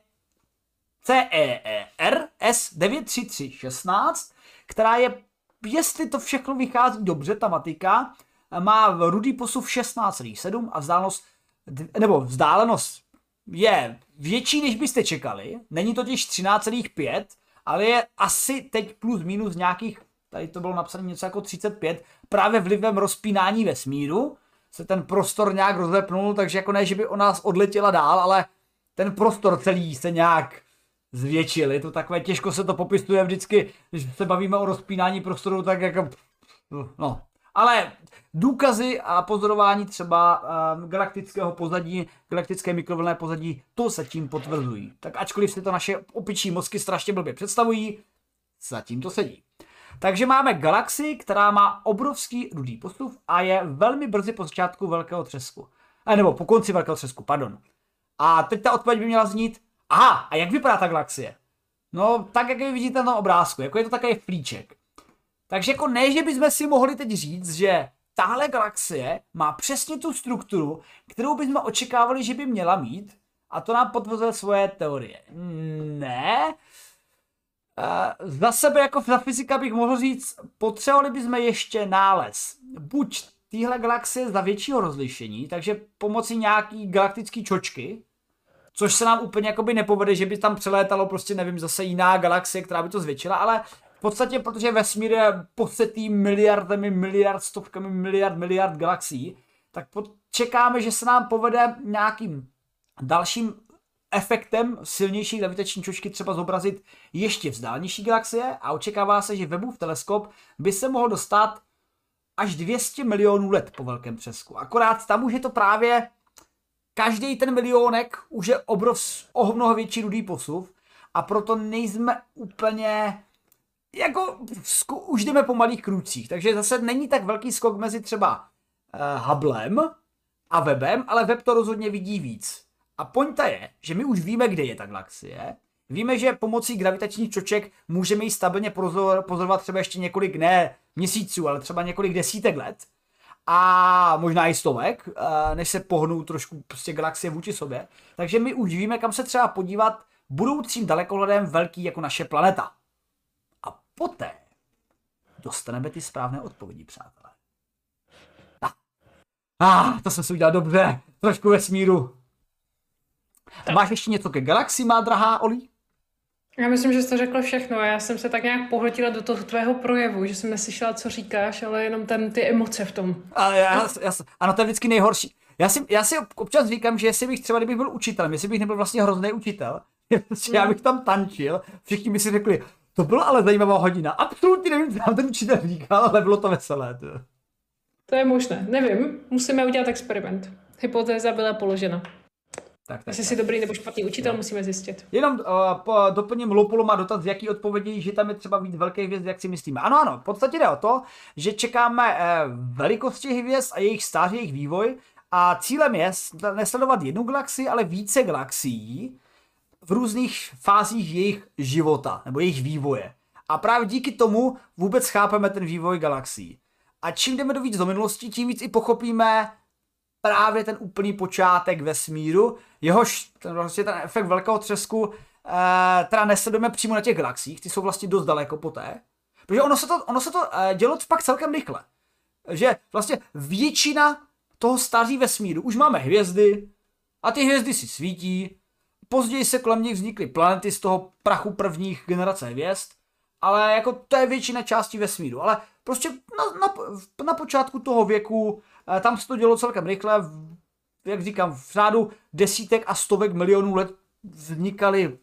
R S devět tři tři šestnáct, která je, jestli to všechno vychází dobře, ta matika, má rudý posuv šestnáct celá sedm a vzdálenost, nebo vzdálenost je větší, než byste čekali. Není totiž třináct celá pět, ale je asi teď plus minus nějakých, tady to bylo napsané něco jako třicet pět, právě vlivem rozpínání vesmíru se ten prostor nějak rozlepnul, takže jako ne, že by o nás odletěla dál, ale ten prostor celý se nějak zvětšil. Je to takové, těžko se to popisuje vždycky, když se bavíme o rozpínání prostoru, tak jako, no. Ale důkazy a pozorování třeba uh, galaktického pozadí, galaktické mikrovlnné pozadí, to se tím potvrzují. Tak ačkoliv si to naše opičí mozky strašně blbě představují, zatím to sedí. Takže máme galaxii, která má obrovský rudý postup a je velmi brzy po začátku velkého třesku. A nebo po konci velkého třesku, pardon. A teď ta odpověď by měla znít, aha, a jak vypadá ta galaxie? No, tak jak ji vidíte na obrázku, jako je to takový flíček. Takže jako ne, že bychom si mohli teď říct, že tahle galaxie má přesně tu strukturu, kterou bychom očekávali, že by měla mít, a to nám potvrzuje svoje teorie. Ne. Uh, za sebe jako za fyzika bych mohl říct, potřebovali bychom ještě nález. Buď téhle galaxie za většího rozlišení, takže pomocí nějaký galaktický čočky, což se nám úplně jakoby nepovede, že by tam přelétalo prostě nevím zase jiná galaxie, která by to zvětšila, ale v podstatě, protože vesmír je posetý miliardami, miliard, stovkami, miliard, miliard galaxií, tak čekáme, že se nám povede nějakým dalším efektem silnější gravitační čočky třeba zobrazit ještě vzdálenější galaxie a očekává se, že Webbův teleskop by se mohl dostat až dvě stě milionů let po velkém třesku. Akorát tam už je to právě každý ten milionek už je obrovský, o mnoho větší rudý posuv a proto nejsme úplně jako už jdeme po malých krůčcích, takže zase není tak velký skok mezi třeba uh, Hubblem a Webbem, ale Webb to rozhodně vidí víc. A pointa je, že my už víme, kde je ta galaxie. Víme, že pomocí gravitačních čoček můžeme ji stabilně pozor, pozorovat třeba ještě několik, ne měsíců, ale třeba několik desítek let. A možná i stovek, než se pohnou trošku prostě galaxie vůči sobě. Takže my už víme, kam se třeba podívat budoucím dalekohledem velký jako naše planeta. A poté dostaneme ty správné odpovědi, přátelé. Ah, ah to jsem si udělal dobře, trošku vesmíru. Tak. Máš ještě něco ke galaxii, má drahá Oli? Já myslím, že jsi to řekl všechno. Já jsem se tak nějak pohltila do toho tvého projevu, že jsem neslyšela, co říkáš, ale jenom ten, ty emoce v tom. Ale já, já, ano, to je vždycky nejhorší. Já si, já si občas říkám, že jestli bych třeba, kdybych byl učitelem, jestli bych nebyl vlastně hrozný učitel, já bych tam tančil, všichni by si řekli, to byla ale zajímavá hodina. Absolutně nevím, co nám ten učitel říkal, ale bylo to veselé. To, to je možné, nevím. Musíme udělat experiment. Hypotéza byla položena. Tak, tak, Jestli jsi dobrý nebo špatný učitel, no. Musíme zjistit. Jenom uh, po, doplním, Lopolo má dotaz, z jaký odpovědi, že tam je třeba víc velkých hvězd, jak si myslíme. Ano, ano, v podstatě jde o to, že čekáme uh, velikosti hvězd a jejich stáří, jejich vývoj a cílem je nesledovat jednu galaxii, ale více galaxií v různých fázích jejich života nebo jejich vývoje. A právě díky tomu vůbec chápeme ten vývoj galaxií. A čím jdeme do víc do minulosti, tím víc i pochopíme právě ten úplný počátek vesmíru, jehož ten, vlastně ten efekt velkého třesku e, teda nesledujeme přímo na těch galaxiích, ty jsou vlastně dost daleko poté, protože ono se to, ono se to e, dělo pak celkem rychle, že vlastně většina toho stáří vesmíru, už máme hvězdy a ty hvězdy si svítí, později se kolem nich vznikly planety z toho prachu prvních generace hvězd, ale jako to je většina částí vesmíru, ale prostě na, na, na počátku toho věku tam se to dělo celkem rychle, jak říkám, v řádu desítek a stovek milionů let vznikaly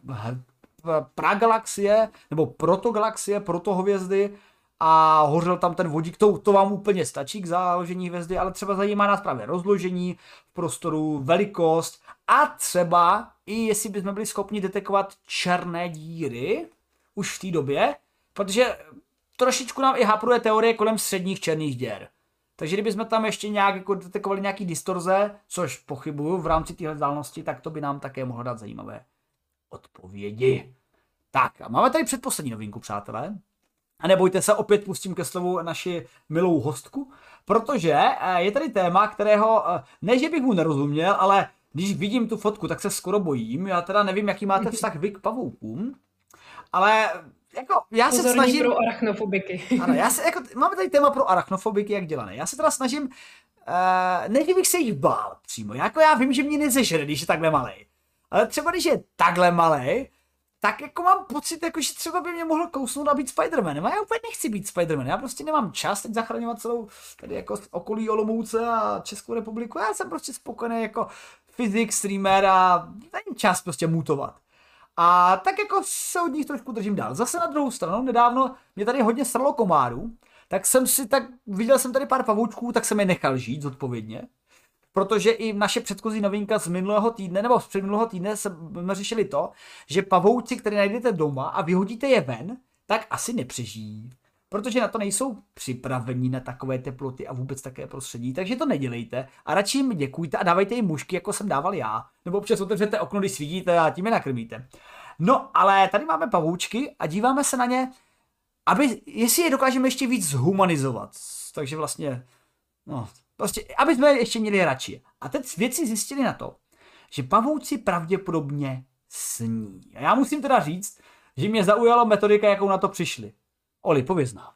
pragalaxie, nebo protogalaxie, protohvězdy a hořel tam ten vodík, to, to vám úplně stačí k založení hvězdy, ale třeba zajímá nás právě rozložení v prostoru, velikost a třeba i jestli bychom byli schopni detekovat černé díry už v té době, protože trošičku nám i hapruje teorie kolem středních černých děr. Takže kdybychom tam ještě nějak jako detekovali nějaký distorze, což pochybuju v rámci téhle vzdálenosti, tak to by nám také mohlo dát zajímavé odpovědi. Tak a máme tady předposlední novinku, přátelé. A nebojte se, opět pustím ke slovu naši milou hostku, protože je tady téma, kterého, ne že bych mu nerozuměl, ale když vidím tu fotku, tak se skoro bojím. Já teda nevím, jaký máte vztah vy k pavoukům, ale jako já se Pozorní snažím... pro arachnofobiky. Ano, já se, jako, máme tady téma pro arachnofobiky, jak dělané. Já se teda snažím, uh, ne, že bych se jich bál přímo. Jako já vím, že mě nezežere, když je takhle malej. Ale třeba když je takhle malej, tak jako mám pocit, jako, že třeba by mě mohl kousnout a být Spidermanem. A já úplně nechci být Spidermanem. Já prostě nemám čas teď zachraňovat celou tady jako okolí Olomouce a Českou republiku. Já jsem prostě spokojený jako fyzik, streamer a není čas prostě mutovat. A tak jako se od nich trošku držím dál. Zase na druhou stranu, nedávno mě tady hodně sralo komárů, tak jsem si tak, viděl jsem tady pár pavoučků, tak jsem je nechal žít zodpovědně. Protože i naše předchozí novinka z minulého týdne, nebo z předminulého týdne jsme řešili to, že pavouci, které najdete doma a vyhodíte je ven, tak asi nepřežijí. Protože na to nejsou připravení na takové teploty a vůbec také prostředí, takže to nedělejte a radši jim děkujte a dávejte jim mušky, jako jsem dával já. Nebo občas otevřete okno, když svítíte a tím je nakrmíte. No, ale tady máme pavoučky a díváme se na ně, aby, jestli je dokážeme ještě víc zhumanizovat. Takže vlastně, no, prostě, aby jsme je ještě měli radši. A teď věci zjistili na to, že pavouci pravděpodobně sní. A já musím teda říct, že mě zaujala metodika, jakou na to přišli. Oli, pověz nám.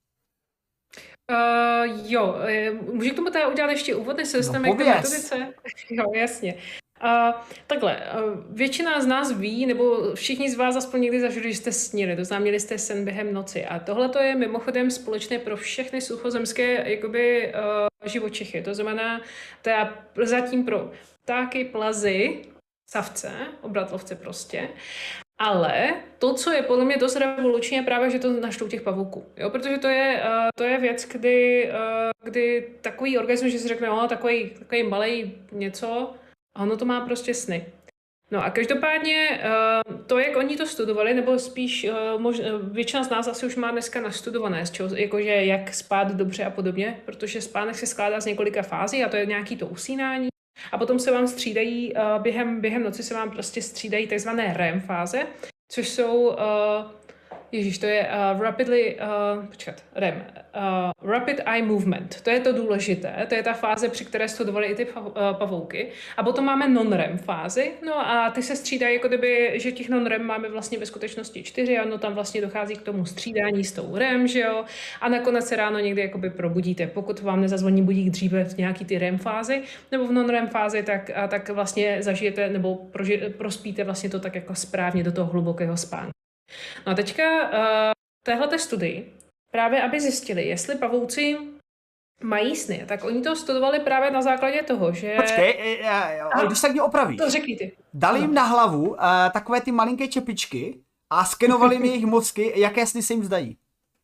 Uh, jo, můžu k tomu teda udělat ještě úvod, než se dostaneme no, k té metodice? Jo, jasně. Uh, takhle, uh, většina z nás ví, nebo všichni z vás aspoň někdy zažili, že jste snili, to znamená, měli jste sen během noci. A tohle to je mimochodem společné pro všechny suchozemské jakoby, uh, živočichy. To znamená, teda zatím pro ptáky, plazy, savce, obratlovce prostě. Ale to, co je podle mě dost revoluční, je právě, že to naštou těch pavouků. Jo? Protože to je, uh, to je věc, kdy, uh, kdy takový organismus, že si řekne, no, takový, takový malej něco, a ono to má prostě sny. No a každopádně uh, to, jak oni to studovali, nebo spíš uh, mož, většina z nás asi už má dneska nastudované, z čeho, jakože jak spát dobře a podobně, protože spánek se skládá z několika fází a to je nějaký to usínání. A potom se vám střídají, uh, během, během noci se vám prostě střídají takzvané R E M fáze, což jsou, uh, ježíš, to je uh, rapidly, uh, počkat, R E M, uh, rapid eye movement, to je to důležité, to je ta fáze, při které studovali i ty pav, uh, pavouky. A potom máme non-R E M fázi, no a ty se střídají, jako kdyby, že těch non-R E M máme vlastně ve skutečnosti čtyři, ano, tam vlastně dochází k tomu střídání s tou R E M, že jo, a nakonec se ráno někdy jakoby probudíte, pokud vám nezazvoní budík dříve v nějaký ty R E M fázi, nebo v non-R E M fázi, tak, a tak vlastně zažijete, nebo proži, prospíte vlastně to tak jako správně do toho hlubokého spánku. No a teďka uh, téhleté studii, právě aby zjistili, jestli pavouci mají sny, tak oni to studovali právě na základě toho, že... Počkej, já, já, a, když tak mě opravíš. To řekni ty. Dali jim na hlavu uh, takové ty malinké čepičky a skenovali mi jejich mozky, jaké sny se jim zdají.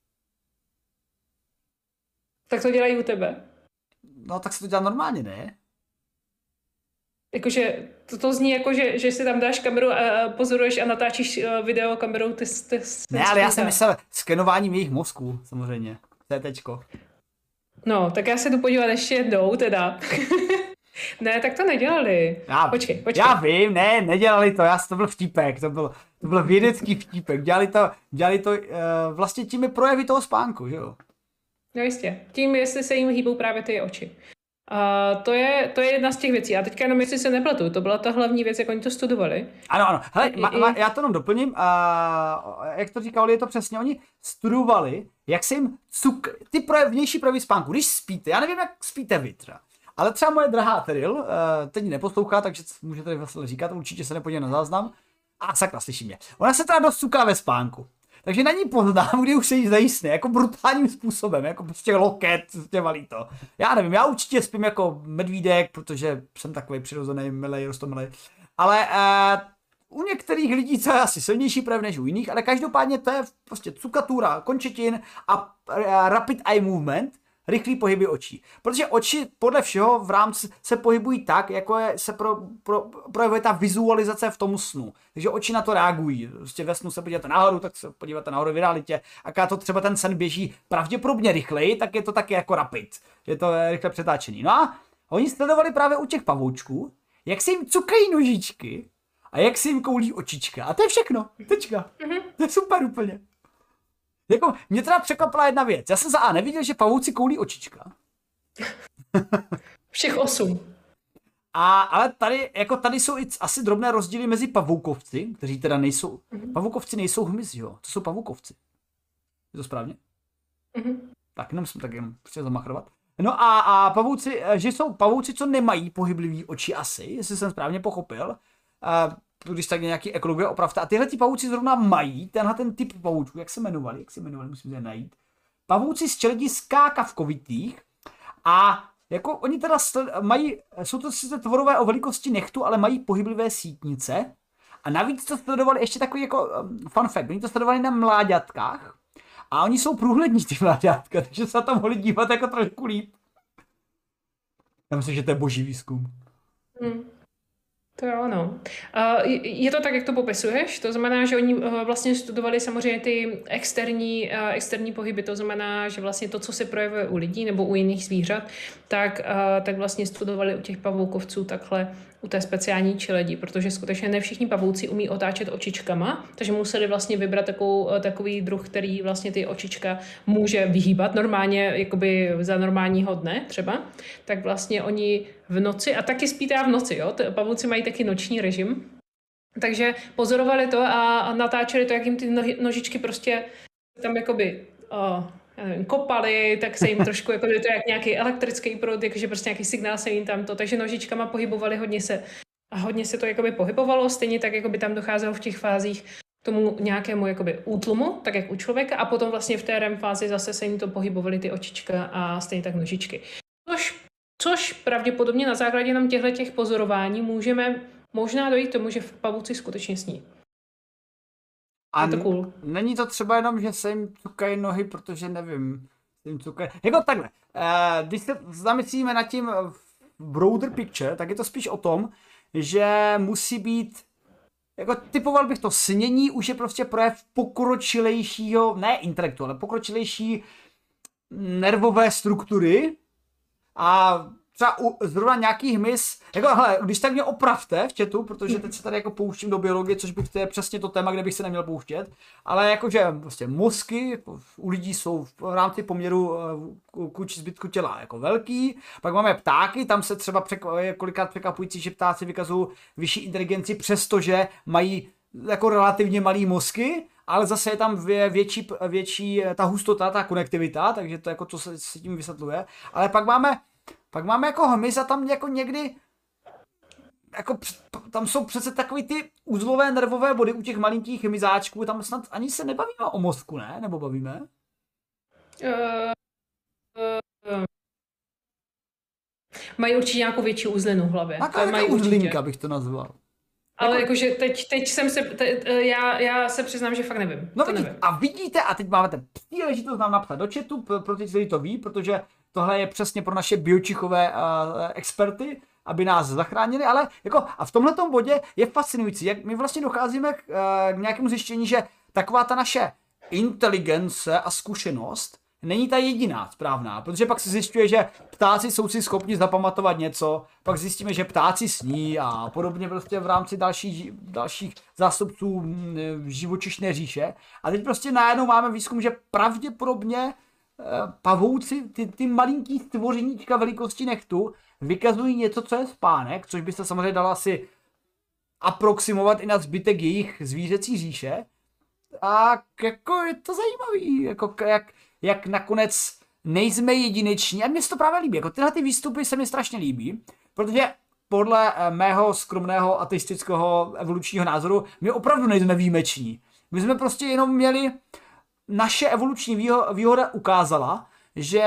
Tak to dělají u tebe. No tak se to dělá normálně, ne? Jakože to, to zní jako, že, že si tam dáš kameru a pozoruješ a natáčíš video kamerou ty, ty, ty Ne, ale já jsem myslel skenováním jejich mozků, samozřejmě. CTčko. No, tak já se jdu podívat ještě jednou, teda. Ne, tak to nedělali. Já, počkej, počkej. Já vím, ne, nedělali to, já, to byl vtípek, to byl, to byl vědecký vtípek. Dělali to, dělali to uh, vlastně těmi projevy toho spánku, že jo? No jistě, tím, jestli se jim hýbou právě ty oči. Uh, to, je, to je jedna z těch věcí. A teďka jenom, jestli se nepletu, to byla ta hlavní věc, jak oni to studovali. Ano, ano. Hele, ma, ma, já to jenom doplním. Uh, jak to říkali, je to přesně. Oni studovali, jak se jim cuk... ty projev, vnější projevy spánku. Když spíte, já nevím, jak spíte vy třeba. Ale třeba moje drahá Teril, uh, teď ji neposlouchá, takže může tady vlastně říkat, určitě se nepodívá na záznam. A sakra, slyší mě. Ona se teda dost cuká ve spánku. Takže na ní poznám, kdy už se jí zdají sny, jako brutálním způsobem, jako prostě loket, prostě valí to. Já nevím, já určitě spím jako medvídek, protože jsem takový přirozený, milej, rostomilej. Ale uh, u některých lidí to je asi silnější projev než u jiných, ale každopádně to je prostě cukatura končetin a uh, rapid eye movement, rychlý pohyby očí. Protože oči podle všeho v rámci se pohybují tak, jako je, se pro, pro, projevuje ta vizualizace v tom snu. Takže oči na to reagují. Prostě ve snu se podíváte nahoru, tak se podíváte nahoru v realitě. A když to třeba ten sen běží pravděpodobně rychleji, tak je to taky jako rapid. Je to rychle přetáčený. No a oni sledovali právě u těch pavoučků, jak se jim cukají nožičky a jak se jim koulí očička. A to je všechno. Tečka. To je super úplně. Jako, mě teda překvapila jedna věc. Já jsem za A neviděl, že pavouci koulí očička. Všech osm. A, ale tady, jako tady jsou i asi drobné rozdíly mezi pavoukovci, kteří teda nejsou, mm-hmm. pavoukovci nejsou hmyzi, jo. To jsou pavoukovci. Je to správně? Mm-hmm. Tak jenom jsem tak jenom chtěl zamachrovat. No a, a pavouci, že jsou pavouci, co nemají pohyblivý oči asi, jestli jsem správně pochopil. A, když tak nějaký ekologie opravta. A tyhle ty pavouci zrovna mají tenhle ten typ pavoučů, jak se jmenovali, jak se jmenovali, musím je najít. Pavouci z čeledí skákavkovitých a jako oni teda mají, jsou to sice tvorové o velikosti nechtu, ale mají pohyblivé sítnice a navíc to sledovali ještě takový jako um, fun fact, oni to sledovali na mláďatkách a oni jsou průhlední, ty mláďátka, takže se na to mohli dívat jako trošku líp. Já myslím, že to je boží výzkum. Hmm. To je ono. Je to tak, jak to popisuješ? To znamená, že oni vlastně studovali samozřejmě ty externí, externí pohyby, to znamená, že vlastně to, co se projevuje u lidí nebo u jiných zvířat, tak, tak vlastně studovali u těch pavoukovců takhle u té speciální čeledi, protože skutečně ne všichni pavouci umí otáčet očičkama, takže museli vlastně vybrat takovou, takový druh, který vlastně ty očička může vyhýbat normálně, jakoby za normálního dne třeba, tak vlastně oni v noci, a taky spí teda v noci, jo, pavouci mají taky noční režim, takže pozorovali to a natáčeli to, jak jim ty nožičky prostě tam jakoby uh, já nevím, kopali, tak se jim trošku, jako je to jak nějaký elektrický proud, jakože prostě nějaký signál se jim tam to, takže nožičkama pohybovali, hodně se, a hodně se to jakoby pohybovalo, stejně tak jakoby tam docházelo v těch fázích k tomu nějakému jakoby útlumu, tak jak u člověka, a potom vlastně v té R E M fázi zase se jim to pohybovaly ty očička a stejně tak nožičky. Což, což pravděpodobně na základě jenom těchto těch pozorování můžeme možná dojít k tomu, že pavouci skutečně sní. A je to cool. Není to třeba jenom, že se jim cukají nohy, protože nevím, se jim cukají. Jako takhle, eh, když se zamyslíme nad tím broader picture, tak je to spíš o tom, že musí být, jako typoval bych to, snění už je prostě projev pokročilejšího, ne intelektu, ale pokročilejší nervové struktury a třeba u zrovna nějaký hmyz, jako hele, když tak mě opravte v chatu, protože teď se tady jako pouštím do biologie, což bych to je přesně to téma, kde bych se neměl pouštět, ale jakože prostě mozky u lidí jsou v rámci poměru k zbytku těla jako velký, pak máme ptáky, tam se třeba překv- je kolikrát překvapující, že ptáci vykazují vyšší inteligenci, přestože mají jako relativně malý mozky, ale zase je tam vě, větší, větší ta hustota, ta konektivita, takže to jako to se, se tím vysvětluje, ale pak máme Pak máme jako hmyz a tam jako někdy, jako tam jsou přece takový ty uzlové nervové body u těch malinkých hmyzáčků, tam snad ani se nebavíme o mozku, ne? Nebo bavíme? Uh, uh, mají určitě nějakou větší uzlinu v hlavě. Taková uzlinka bych to nazval. Ale jako... jakože teď, teď jsem se, te, já, já se přiznám, že fakt nevím. No to vidí, nevím. A vidíte, a teď máme ten příležitost nám napsat do chatu, pro ty, kteří to ví, protože tohle je přesně pro naše biočichové uh, experty, aby nás zachránili, ale jako a v tomhletom bodě je fascinující, jak my vlastně docházíme k, uh, k nějakému zjištění, že taková ta naše inteligence a zkušenost není ta jediná správná, protože pak se zjišťuje, že ptáci jsou si schopni zapamatovat něco, pak zjistíme, že ptáci sní a podobně prostě v rámci další, dalších zástupců živočišné říše. A teď prostě najednou máme výzkum, že pravděpodobně pavouci, ty, ty malinký stvořeníčka velikosti nechtu, vykazují něco, co je spánek, což by se samozřejmě dalo asi aproximovat i na zbytek jejich zvířecí říše. A jako je to zajímavý, jako jak, jak nakonec nejsme jedineční. A mně se to právě líbí, jako tyhle ty výstupy se mi strašně líbí, protože podle mého skromného ateistického evolučního názoru my opravdu nejsme výjimeční. My jsme prostě jenom měli, naše evoluční výhoda ukázala, že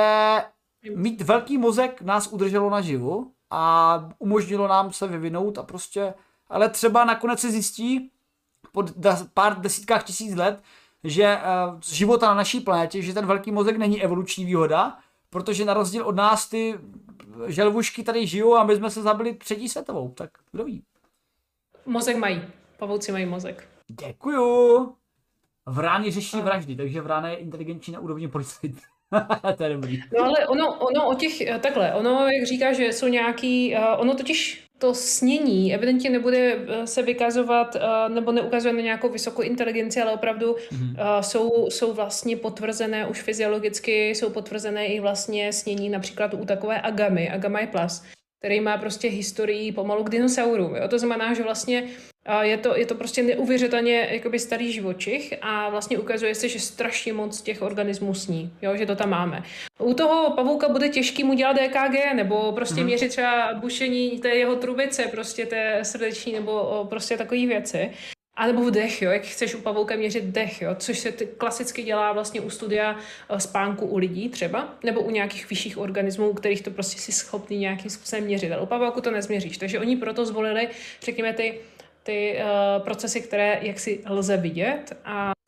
mít velký mozek nás udrželo naživu a umožnilo nám se vyvinout a prostě, ale třeba nakonec se zjistí po pár desítkách tisíc let, že uh, života na naší planetě, že ten velký mozek není evoluční výhoda, protože na rozdíl od nás ty želvušky tady žijou a my jsme se zabili třetí světovou, tak kdo ví. Mozek mají, pavouci mají mozek. Děkuju. Vrány řeší vraždy, takže vrána je inteligentní na úrovni policajta. To je dobrý. No ale ono, ono o těch, takhle, ono jak říká, že jsou nějaký, ono totiž to snění evidentně nebude se vykazovat nebo neukazuje na nějakou vysokou inteligenci, ale opravdu mm-hmm. jsou, jsou vlastně potvrzené už fyziologicky, jsou potvrzené i vlastně snění například u takové agamy, agama je plas, který má prostě historii pomalu k dinosaurům. Jo? To znamená, že vlastně je to, je to prostě neuvěřitelně jakoby starý živočich a vlastně ukazuje se, že strašně moc těch organismů sní, jo? Že to tam máme. U toho pavouka bude těžký mu dělat D K G nebo prostě mm. měřit třeba bušení té jeho trubice, prostě té srdeční nebo prostě takové věci. A nebo vdech, jo, jak chceš u pavouka měřit dech, jo, což se klasicky dělá vlastně u studia spánku u lidí třeba, nebo u nějakých vyšších organismů, u kterých to prostě si schopný nějakým způsobem měřit, ale u pavouku to nezměříš. Takže oni proto zvolili, řekněme, ty, ty uh, procesy, které jaksi lze vidět a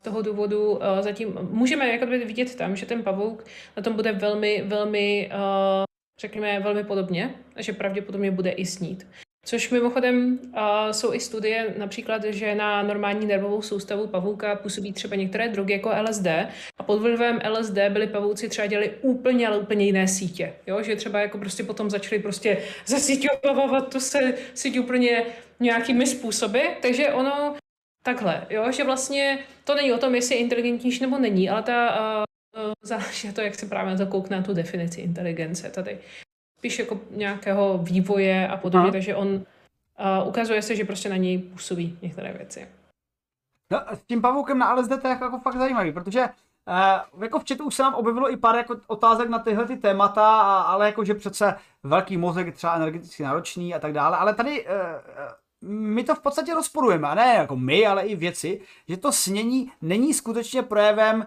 z toho důvodu uh, zatím můžeme jako vidět tam, že ten pavouk na tom bude velmi, velmi, uh, řekněme, velmi podobně, a že pravděpodobně bude i snít. Což mimochodem uh, jsou i studie, například, že na normální nervovou soustavu pavouka působí třeba některé drogy jako L S D a pod vlivem L S D byli pavouci třeba dělali úplně, ale úplně jiné sítě. Jo? Že třeba jako prostě potom začali prostě zasíťovávat tu se síť úplně nějakými způsoby, takže ono takhle, jo? Že vlastně to není o tom, jestli je inteligentnější nebo není, ale ta uh, záleží na to, jak se právě na to koukne na tu definici inteligence tady. Spíš jako nějakého vývoje a podobně, no. Takže on uh, ukazuje se, že prostě na něj působí některé věci. No, s tím pavoukem na L S D to je jako, jako fakt zajímavý, protože uh, jako v chatu už se nám objevilo i pár jako otázek na tyhle ty témata, a, ale jako, že přece velký mozek je třeba energeticky náročný a tak dále, ale tady uh, my to v podstatě rozporujeme, a ne jako my, ale i věci, že to snění není skutečně projevem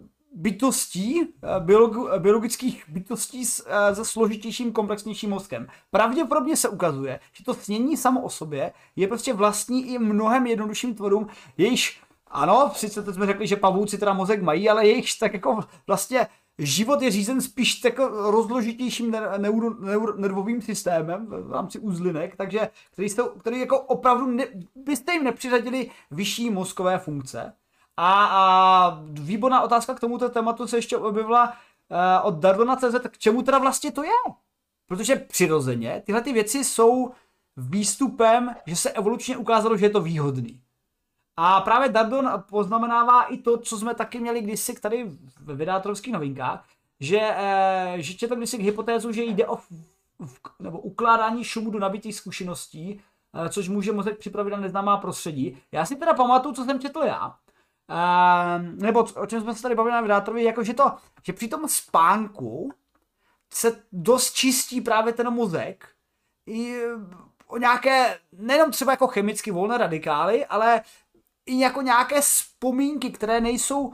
bytostí, biologických bytostí s, se složitějším, komplexnějším mozkem. Pravděpodobně se ukazuje, že to snění samo o sobě je prostě vlastní i mnohem jednodušším tvorům, jejichž, ano, sice teď jsme řekli, že pavouci teda mozek mají, ale jejichž tak jako vlastně život je řízen spíš tak rozložitějším neuro, neuro, nervovým systémem v rámci uzlinek, takže který, jste, který jako opravdu ne, byste jim nepřiřadili vyšší mozkové funkce. A, a výborná otázka k tomuto tématu se ještě objevila uh, od Dardona tečka cé zet, k čemu teda vlastně to je? Protože přirozeně tyhle ty věci jsou výstupem, že se evolučně ukázalo, že je to výhodný. A právě Dardon poznamenává i to, co jsme taky měli kdysi tady ve vydátorovských novinkách, že, eh, že četl kdysi k hypotézu, že jde o v, v, nebo ukládání šumu do nabitých zkušeností, eh, což může mozek připravit na neznámá prostředí. Já si teda pamatuju, co jsem četl já. Uh, nebo o čem jsme se tady bavili na vydátorovi, jako že to, že při tom spánku se dost čistí právě ten mozek i o nějaké, nejenom třeba jako chemicky volné radikály, ale i jako nějaké vzpomínky, které nejsou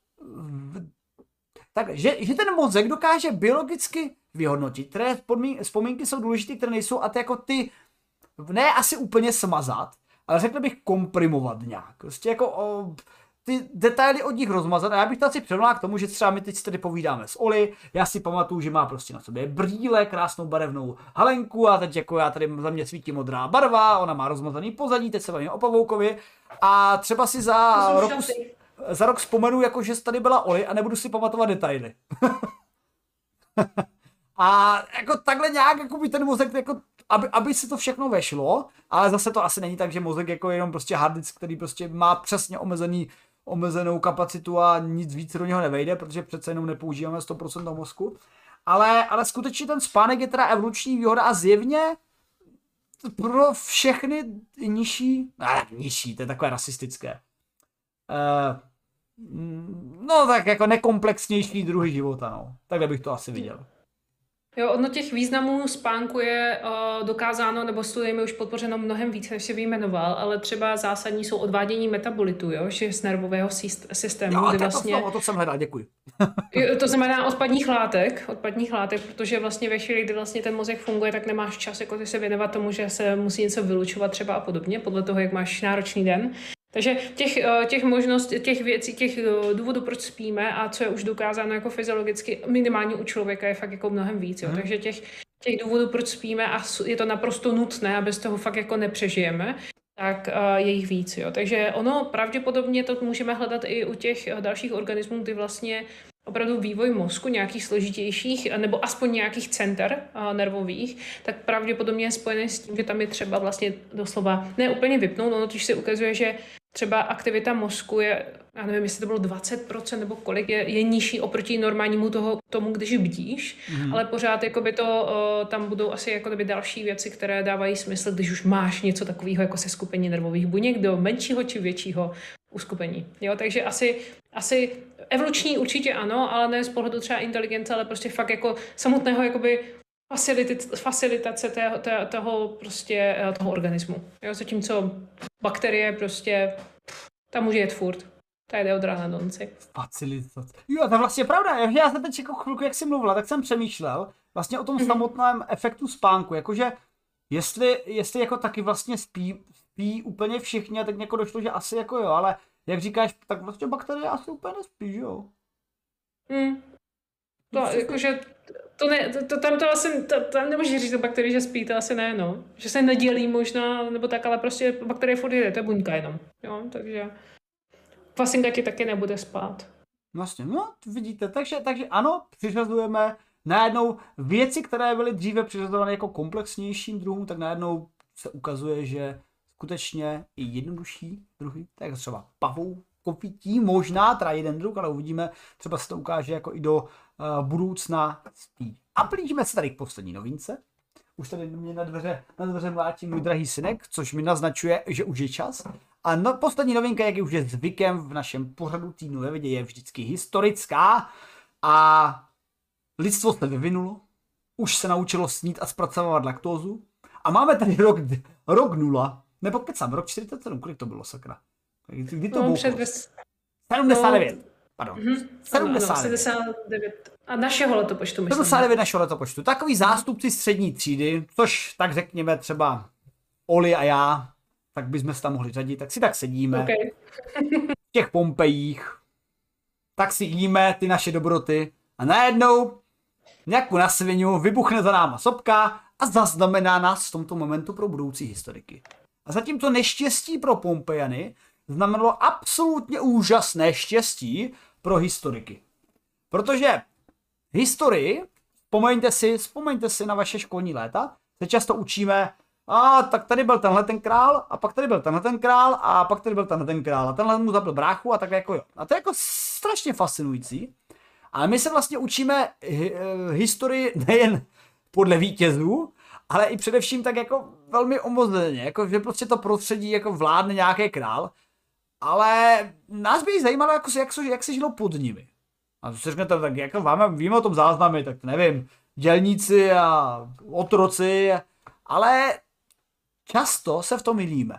tak, že, že ten mozek dokáže biologicky vyhodnotit, které vzpomínky jsou důležité, které nejsou, a ty jako ty ne asi úplně smazat, ale řekl bych komprimovat nějak, prostě jako o, ty detaily od nich rozmazat. A já bych to asi přirovnal k tomu, že třeba my teď tady povídáme s Oli, já si pamatuju, že má prostě na sobě brýle, krásnou barevnou halenku, a teď jako já tady za mě svítí modrá barva, ona má rozmazaný pozadí, teď se bavíme o pavoukovi, a třeba si za rok, za rok vzpomenu, jako že tady byla Oli, a nebudu si pamatovat detaily. A jako takhle nějak jako by ten mozek, jako, aby, aby se to všechno vešlo, ale zase to asi není tak, že mozek jako jenom prostě hard disk, který prostě má přesně omezený omezenou kapacitu a nic víc do něho nevejde, protože přece jenom nepoužíváme sto procent mozku. Ale, ale skutečně ten spánek je teda evoluční výhoda a zjevně pro všechny nižší, ne, nižší, to je takové rasistické. Uh, no tak jako nekomplexnější druhy života, no. Takhle bych to asi viděl. Jo, ono těch významů spánku je uh, dokázáno, nebo studiemi už podpořeno mnohem víc, než si vyjmenoval, ale třeba zásadní jsou odvádění metabolitu, jo, že z nervového systému. Jo, kdy to, vlastně, to, to jsem hledal, děkuji. jo, to znamená odpadních látek, odpadních látek, protože vlastně ve chvíli, kdy vlastně ten mozek funguje, tak nemáš čas jako ty se věnovat tomu, že se musí něco vylučovat třeba a podobně, podle toho, jak máš náročný den. Takže těch, těch možností, těch věcí, těch důvodů, proč spíme a co je už dokázáno jako fyziologicky, minimálně u člověka je fakt jako mnohem víc. Jo. Hmm. Takže těch, těch důvodů, proč spíme a je to naprosto nutné a bez toho fakt jako nepřežijeme, tak je jich víc. Jo. Takže ono pravděpodobně to můžeme hledat i u těch dalších organismů, kdy vlastně opravdu vývoj mozku, nějakých složitějších, nebo aspoň nějakých center uh, nervových, tak pravděpodobně je spojený s tím, že tam je třeba vlastně doslova ne úplně vypnout, ono totiž se ukazuje, že třeba aktivita mozku je, já nevím, jestli to bylo dvacet procent nebo kolik, je, je nižší oproti normálnímu toho, tomu, když bdíš, mm. ale pořád jakoby to, uh, tam budou asi jakoby další věci, které dávají smysl, když už máš něco takového jako se skupení nervových buněk do menšího či většího uskupení. Jo, takže asi, asi evoluční určitě ano, ale ne z pohledu třeba inteligence, ale prostě fakt jako samotného jakoby facilitace toho, toho, prostě, toho organismu. Jo, zatímco bakterie prostě, tam může jet furt. Ta jde od rána do noci. Facilitace. Jo, to je vlastně pravda. Já jsem teď jako chvilku, jak jsi mluvila, tak jsem přemýšlel vlastně o tom mm-hmm. samotném efektu spánku. Jakože jestli, jestli jako taky vlastně spí, spí úplně všichni, a teď jako došlo, že asi jako jo, ale jak říkáš, tak vlastně bakterie asi úplně nespí, že jo? Hmm. To, jakože, to ne, to, to, tam to asi, to, tam nemůžeš říct o bakterii, že spí, to asi ne, no. Že se nedělí možná, nebo tak, ale prostě bakterie furt jede, to je buňka jenom, jo, takže kvasinka ti taky nebude spát. Vlastně, no, vidíte, takže, takže ano, přiřazujeme najednou věci, které byly dříve přiřazované jako komplexnějším druhům, tak najednou se ukazuje, že skutečně i jednodušší druhy, tak jako třeba pavoukovití, možná teda jeden druh, ale uvidíme, třeba se to ukáže jako i do uh, budoucna spí. A blížíme se tady k poslední novince. Už tady mě na dveře, na dveře mlátí můj drahý synek, což mi naznačuje, že už je čas. A no, poslední novinka, jak už je zvykem v našem pořadu Týdnu ve vědě, je vždycky historická. A lidstvo se vyvinulo, už se naučilo snít a zpracovávat laktózu. A máme tady rok, rok nula, nebo kecám, rok čtyřicet sedm, kolik to bylo, sakra? Kdy to no, bylo? Před ves... sedmdesát devět. No. Pardon. Mm-hmm. sedmdesát devět. sedmdesát devět. A našeho letopočtu, myslím. sedmdesát devět našeho letopočtu. Takový zástupci střední třídy, což tak řekněme třeba Oli a já, tak bychom se tam mohli řadit, tak si tak sedíme. Okay. V těch Pompejích. Tak si jíme ty naše dobroty a najednou nějakou na svinu vybuchne za náma sopka a zaznamená nás v tomto momentu pro budoucí historiky. A zatímco neštěstí pro Pompejany znamenalo absolutně úžasné štěstí pro historiky. Protože historii, vzpomeňte si, vzpomeňte si na vaše školní léta, se často učíme, a tak tady byl tenhle ten král, a pak tady byl tenhle ten král, a pak tady byl tenhle ten král, a tenhle mu zabil bráchu, a tak jako jo. A to je jako strašně fascinující. Ale my se vlastně učíme hi- historii nejen podle vítězů, ale i především tak jako velmi omozeně, jako že prostě to prostředí jako vládne nějaký král, ale nás by zajímalo, jako, jak, se, jak se žilo pod nimi. A to si řeknete, tak jako máme, víme o tom záznamy, tak nevím, dělníci a otroci, ale často se v tom mylíme.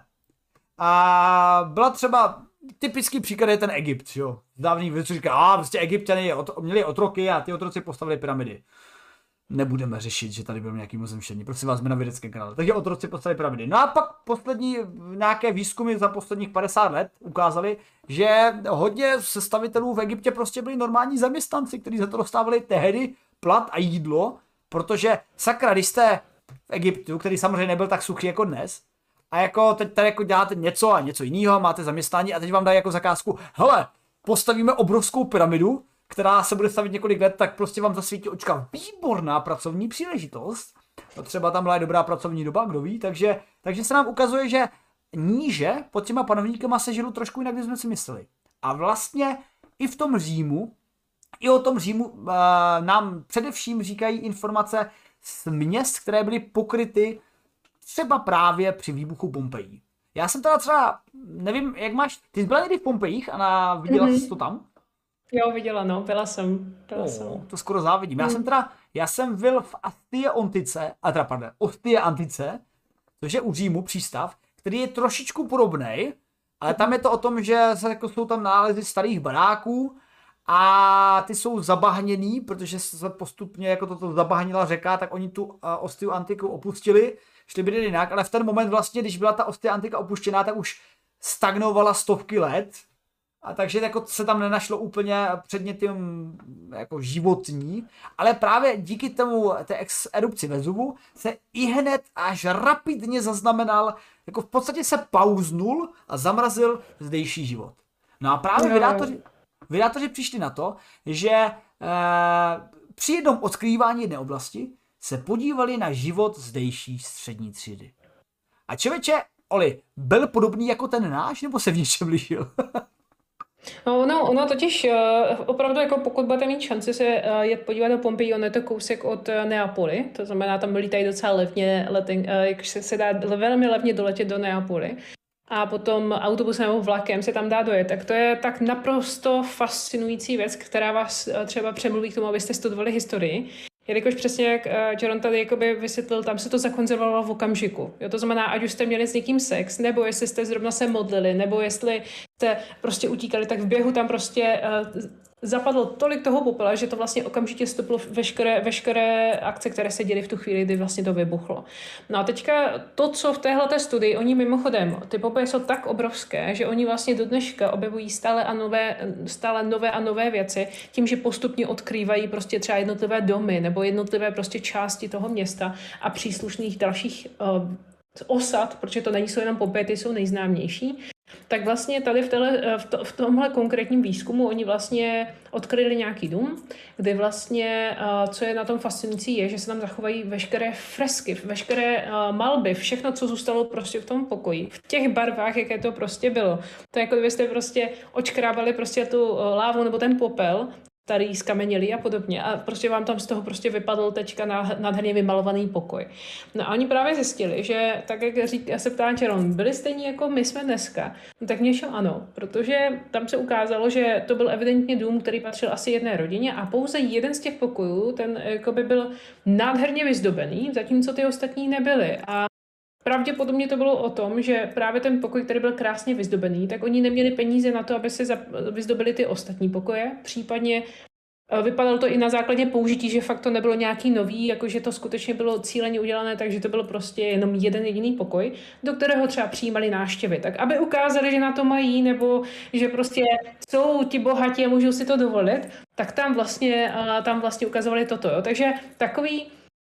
A byla třeba, typický příklad je ten Egypt, jo. Dávný věc říká, a prostě Egypťany měli otroky a ty otroci postavili pyramidy. Nebudeme řešit, že tady byl nějaký mozemštění, prosím vás, jsme na vědeckém kanále. Takže otroci postavili pyramidy. No a pak poslední nějaké výzkumy za posledních padesát let ukázaly, že hodně sestavitelů v Egyptě prostě byli normální zaměstnanci, kteří za to dostávali tehdy plat a jídlo, protože sakra, když jste v Egyptu, který samozřejmě nebyl tak suchý jako dnes, a jako teď tady jako děláte něco a něco jiného, máte zaměstnání a teď vám dají jako zakázku, hele, postavíme obrovskou pyramidu, která se bude stavit několik let, tak prostě vám zasvítí očka výborná pracovní příležitost. To třeba tam byla je dobrá pracovní doba, kdo ví, takže, takže se nám ukazuje, že níže pod těma panovníkama se žilo trošku jinak, než jsme si mysleli. A vlastně i v tom Římu, i o tom Římu uh, nám především říkají informace z měst, které byly pokryty třeba právě při výbuchu Pompejí. Já jsem teda třeba, nevím, jak máš, ty jsi byla někdy v Pompejích a na, viděla mm-hmm. jsi to tam? Jo, viděla, no, byla jsem. Byla oh, jsem. To skoro závidím. Já jsem teda, já jsem byl v Astie Ontice, a teda pardon, Ostie Antice, což je u Římu přístav, který je trošičku podobnej, ale tam je to o tom, že se, jako, jsou tam nálezy starých baráků a ty jsou zabahněný, protože se postupně jako toto zabahnila řeka, tak oni tu uh, Ostiu Antiku opustili, šli by jinak, ale v ten moment vlastně, když byla ta Ostia Antika opuštěná, tak už stagnovala stovky let. A takže jako se tam nenašlo úplně předmětem jako životní, ale právě díky tomu té ex erupci Vezuvu se i hned až rapidně zaznamenal, jako v podstatě se pauznul a zamrazil zdejší život. No a právě vydátoři, vydátoři přišli na to, že e, při jednom odkrývání jedné oblasti se podívali na život zdejší střední třídy. A člověče, Oli, byl podobný jako ten náš, nebo se v něčem lišil? No, ono, ono totiž uh, opravdu, jako pokud budete mít šanci se uh, jet podívat do Pompeji, on je to kousek od uh, Neapoli, to znamená, tam lítají docela levně, leten, uh, jak se, se dá velmi levně doletět do Neapoli a potom autobusem nebo vlakem se tam dá dojet, tak to je tak naprosto fascinující věc, která vás uh, třeba přemluví k tomu, abyste studovali historii. Jelikož přesně jak uh, Jaron tady jakoby vysvětlil, tam se to zakonzervovalo v okamžiku. Jo, to znamená, ať už jste měli s někým sex, nebo jestli jste zrovna se modlili, nebo jestli jste prostě utíkali, tak v běhu tam prostě uh, zapadlo tolik toho popela, že to vlastně okamžitě stoplo veškeré, veškeré akce, které se děly v tu chvíli, kdy vlastně to vybuchlo. No a teďka to, co v téhleté studii, oni mimochodem, ty Pompeje jsou tak obrovské, že oni vlastně do dneška objevují stále a nové, stále nové a nové věci, tím, že postupně odkrývají prostě třeba jednotlivé domy nebo jednotlivé prostě části toho města a příslušných dalších uh, osad, protože to nejsou jenom Pompeje, ty jsou nejznámější. Tak vlastně tady v, tele, v, to, v tomhle konkrétním výzkumu oni vlastně odkryli nějaký dům, kde vlastně, co je na tom fascinující, je, že se tam zachovají veškeré fresky, veškeré malby, všechno, co zůstalo prostě v tom pokoji. V těch barvách, jaké to prostě bylo. To je jako kdybyste prostě očkrábali prostě tu lávu nebo ten popel, starý skamenělý a podobně. A prostě vám tam z toho prostě vypadl teďka nádherně vymalovaný pokoj. No a oni právě zjistili, že tak, jak říká, se ptá Čeron, byli stejní jako my jsme dneska. No tak něčem ano, protože tam se ukázalo, že to byl evidentně dům, který patřil asi jedné rodině a pouze jeden z těch pokojů, ten jakoby byl nádherně vyzdobený, zatímco ty ostatní nebyly. A pravděpodobně to bylo o tom, že právě ten pokoj, který byl krásně vyzdobený, tak oni neměli peníze na to, aby si vyzdobili ty ostatní pokoje. Případně vypadalo to i na základě použití, že fakt to nebylo nějaký nový, jakože to skutečně bylo cíleně udělané, takže to bylo prostě jenom jeden jediný pokoj, do kterého třeba přijímali návštěvy. Tak aby ukázali, že na to mají, nebo že prostě jsou ti bohatí a můžou si to dovolit, tak tam vlastně, tam vlastně ukazovali toto. Jo. Takže takový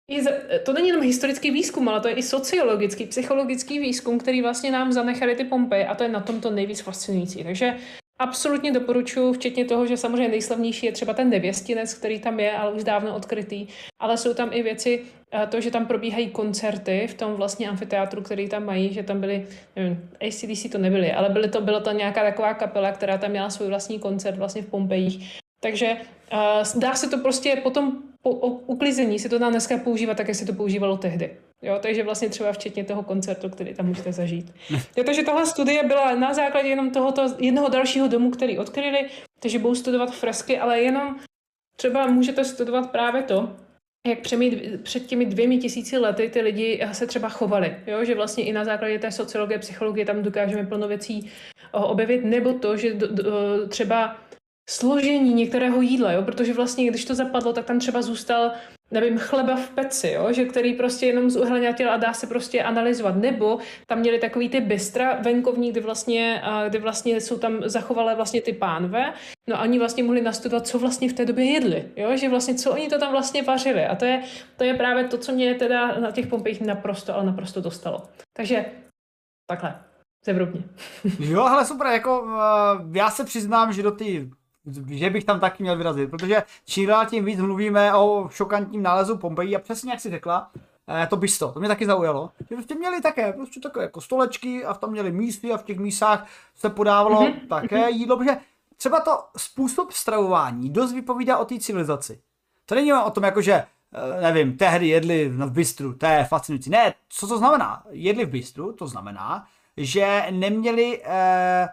to není jenom historický výzkum, ale to je i sociologický, psychologický výzkum, který vlastně nám zanechali ty Pompeje a to je na tom to nejvíc fascinující. Takže absolutně doporučuji, včetně toho, že samozřejmě nejslavnější je třeba ten nevěstinec, který tam je, ale už dávno odkrytý, ale jsou tam i věci, to, že tam probíhají koncerty v tom vlastně amfiteátru, který tam mají, že tam byly, nevím, A C D C to nebyly, ale byly to, byla to nějaká taková kapela, která tam měla svůj vlastní koncert vlastně v Pompejích. Takže uh, dá se to prostě potom po uklizení se to dá dneska používat tak, jak se to používalo tehdy. Jo, takže vlastně třeba včetně toho koncertu, který tam můžete zažít. Jo, takže tahle studie byla na základě jenom tohoto jednoho dalšího domu, který odkryli, takže budou studovat fresky, ale jenom třeba můžete studovat právě to, jak před těmi dvěmi tisíci lety ty lidi se třeba chovali. Jo? Že vlastně i na základě té sociologie, psychologie tam dokážeme plno věcí objevit, nebo to, že do, do, třeba složení některého jídla, jo? Protože vlastně, když to zapadlo, tak tam třeba zůstal, nevím, chleba v peci, jo? Že který prostě jenom z uhelňatil a dá se prostě analyzovat. Nebo tam měli takový ty bystra venkovní, kdy vlastně, kdy vlastně jsou tam zachovalé vlastně ty pánve. No a oni vlastně mohli nastudovat, co vlastně v té době jedli, jo? Že vlastně, co oni to tam vlastně vařili. A to je, to je právě to, co mě teda na těch Pompejích naprosto, ale naprosto dostalo. Takže takhle, zevrubně. Jo, ale super, jako uh, já se přiznám, že do ty že bych tam taky měl vyrazit, protože čím dál tím víc mluvíme o šokantním nálezu Pompeji a přesně jak si řekla, eh, to bistro, to mě taky zaujalo, že prostě měli také prostě takové jako stolečky a tam měli místy a v těch mísách se podávalo mm-hmm. také jídlo, protože třeba to způsob stravování dost vypovídá o té civilizaci. To není o tom jako, že nevím, tehdy jedli v bistru, to je fascinující. Ne, co to znamená? Jedli v bistru, to znamená, že neměli eh,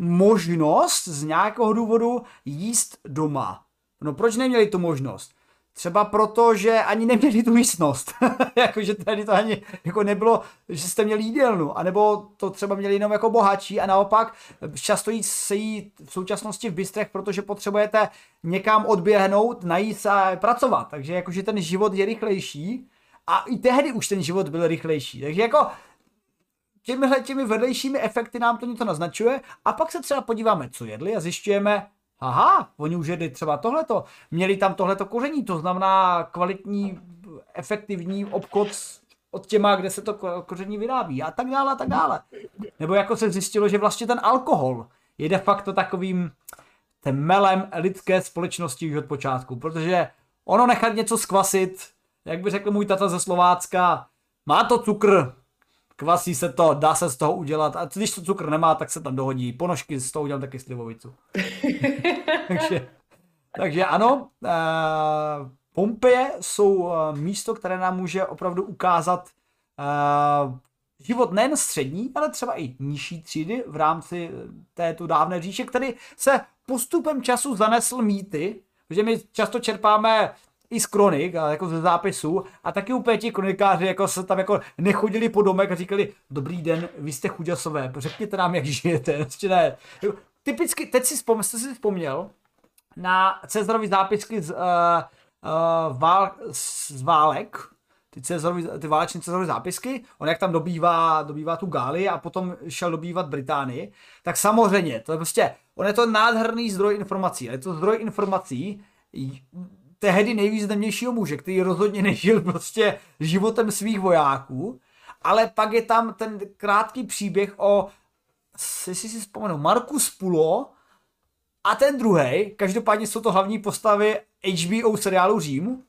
možnost z nějakého důvodu jíst doma. No proč neměli tu možnost? Třeba proto, že ani neměli tu místnost. Jakože tady to ani jako nebylo, že jste měli jídelnu. A nebo to třeba měli jenom jako bohatší a naopak často jít se jít v současnosti v bistrech, protože potřebujete někam odběhnout, najít a pracovat. Takže jakože ten život je rychlejší a i tehdy už ten život byl rychlejší. Takže jako těmihle těmi vedlejšími efekty nám to něco naznačuje a pak se třeba podíváme, co jedli a zjišťujeme, aha, oni už jedli třeba tohleto, měli tam tohleto koření, to znamená kvalitní, efektivní obchod od těma, kde se to koření vyrábí a tak dále a tak dále. Nebo jako se zjistilo, že vlastně ten alkohol je de facto takovým temelem lidské společnosti už od počátku, protože ono nechat něco skvasit, jak by řekl můj tata ze Slovácka, má to cukr, kvasí se to, dá se z toho udělat a když to cukr nemá, tak se tam dohodí ponožky, z toho udělám taky slivovicu. takže, takže ano, uh, Pompeje jsou uh, místo, které nám může opravdu ukázat uh, život nejen střední, ale třeba i nižší třídy v rámci této dávné říše, který se postupem času zanesl mýty, protože my často čerpáme i z kronik, a jako ze zápisů, a taky úplně ti kronikáři jako se tam jako nechodili po domech a říkali, dobrý den, vy jste chuďasové, řekněte nám, jak žijete, ještě ne. Typicky, teď si vzpomněl, jste si vzpomněl, na Cezarovy zápisky z, uh, uh, vál, z válek, ty, Cezarovy, ty válečné Cezarovy zápisky, on jak tam dobývá, dobývá tu Gálii a potom šel dobývat Británii, tak samozřejmě, to je prostě, on je to nádherný zdroj informací, ale je to zdroj informací tehdy nejvýznamnějšího muže, který rozhodně nežil prostě životem svých vojáků, ale pak je tam ten krátký příběh o, jestli si vzpomenu, Marcus Pulo a ten druhej, každopádně jsou to hlavní postavy H B O seriálu Řím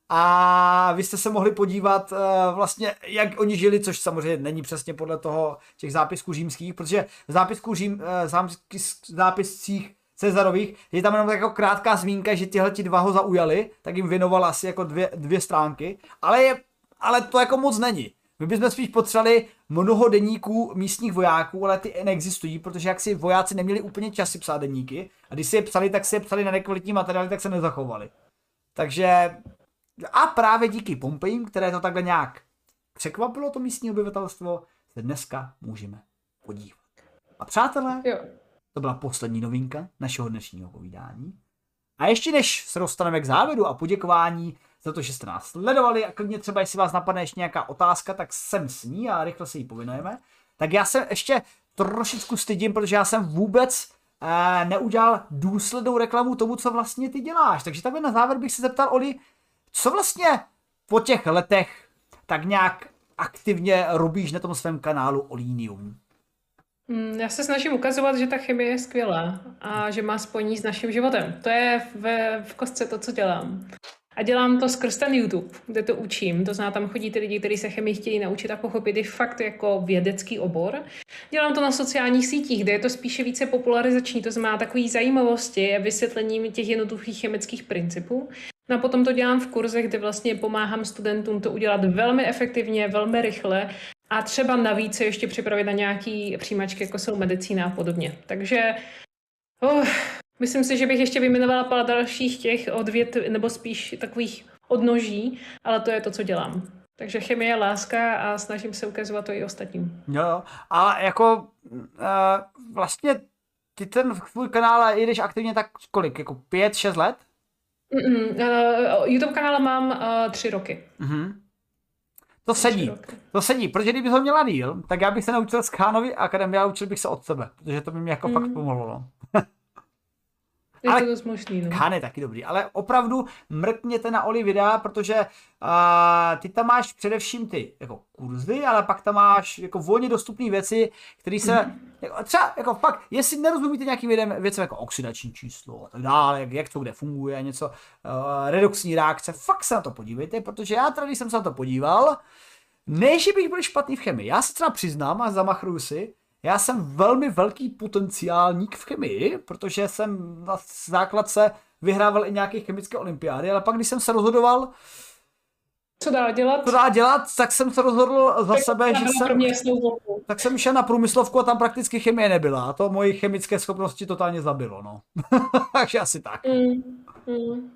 a vy jste se mohli podívat uh, vlastně, jak oni žili, což samozřejmě není přesně podle toho těch zápisků římských, protože v zápisku Řím, uh, zápiscích Cezarových je tam jenom jako krátká zmínka, že tyhle ti dva ho zaujali, tak jim věnoval asi jako dvě, dvě stránky, ale, je, ale to jako moc není. My bychom spíš potřebovali mnoho deníků místních vojáků, ale ty neexistují, protože jak si vojáci neměli úplně čas si psát deníky a když si je psali, tak si je psali na nekvalitní materiály, tak se nezachovali. Takže a právě díky Pompejím, které to takhle nějak překvapilo to místní obyvatelstvo, se dneska můžeme podívat. A přátelé, Jo. to byla poslední novinka našeho dnešního povídání. A ještě než se dostaneme k závěru a poděkování za to, že jste nás sledovali a klidně třeba, jestli vás napadne ještě nějaká otázka, tak sem s ní a rychle se jí povinujeme. Tak já se ještě trošičku stydím, protože já jsem vůbec eh, neudělal důslednou reklamu tomu, co vlastně ty děláš. Takže takhle na závěr bych se zeptal, Oli, co vlastně po těch letech tak nějak aktivně robíš na tom svém kanálu Olinium? Já se snažím ukazovat, že ta chemie je skvělá a že má spojení s naším životem. To je v, v kostce to, co dělám. A dělám to skrz ten YouTube, kde to učím. To znamená, tam chodí ty lidi, kteří se chemii chtějí naučit a pochopit i fakt jako vědecký obor. Dělám to na sociálních sítích, kde je to spíše více popularizační, to znamená takový zajímavosti a vysvětlením těch jednoduchých chemických principů. No a potom to dělám v kurzech, kde vlastně pomáhám studentům to udělat velmi efektivně, velmi rychle a třeba navíc se ještě připravit na nějaký přijímačky, jako jsou medicína a podobně. Takže oh, myslím si, že bych ještě vyjmenovala pár dalších těch odvět, nebo spíš takových odnoží, ale to je to, co dělám. Takže chemie je láska a snažím se ukazovat to i ostatním. Jo, a jako uh, vlastně ty ten svůj kanál jedeš aktivně tak kolik, jako pět, šest let? Mm-mm. Uh, YouTube kanál mám uh, tři roky. Uh-huh. To sedí, to sedí, protože kdybych ho měla díl, tak já bych se naučil z Khanovy akademie a učil bych se od sebe, protože to by mi jako mm. fakt pomohlo. No. Je ale to dost možný, no. Khan je taky dobrý, ale opravdu mrkněte na Oli videa, protože uh, ty tam máš především ty jako kurzy, ale pak tam máš jako volně dostupné věci, které se, mm. jako, třeba jako fakt, jestli nerozumíte nějakým vědem, věcem jako oxidační číslo a tak dále, jak, jak to kde funguje, něco, uh, redoxní reakce, fakt se na to podívejte, protože já teda, když jsem se na to podíval, ne, že bych byl špatný v chemii, já se třeba přiznám a zamachruju si, já jsem velmi velký potenciálník v chemii, protože jsem na základce vyhrával i nějaké chemické olympiády, ale pak, když jsem se rozhodoval, co dál dělat, co dál dělat, tak jsem se rozhodl za tak sebe, že jsem, tak jsem šel na průmyslovku a tam prakticky chemie nebyla. A to moje chemické schopnosti totálně zabilo, no. Takže asi tak. Mm, mm.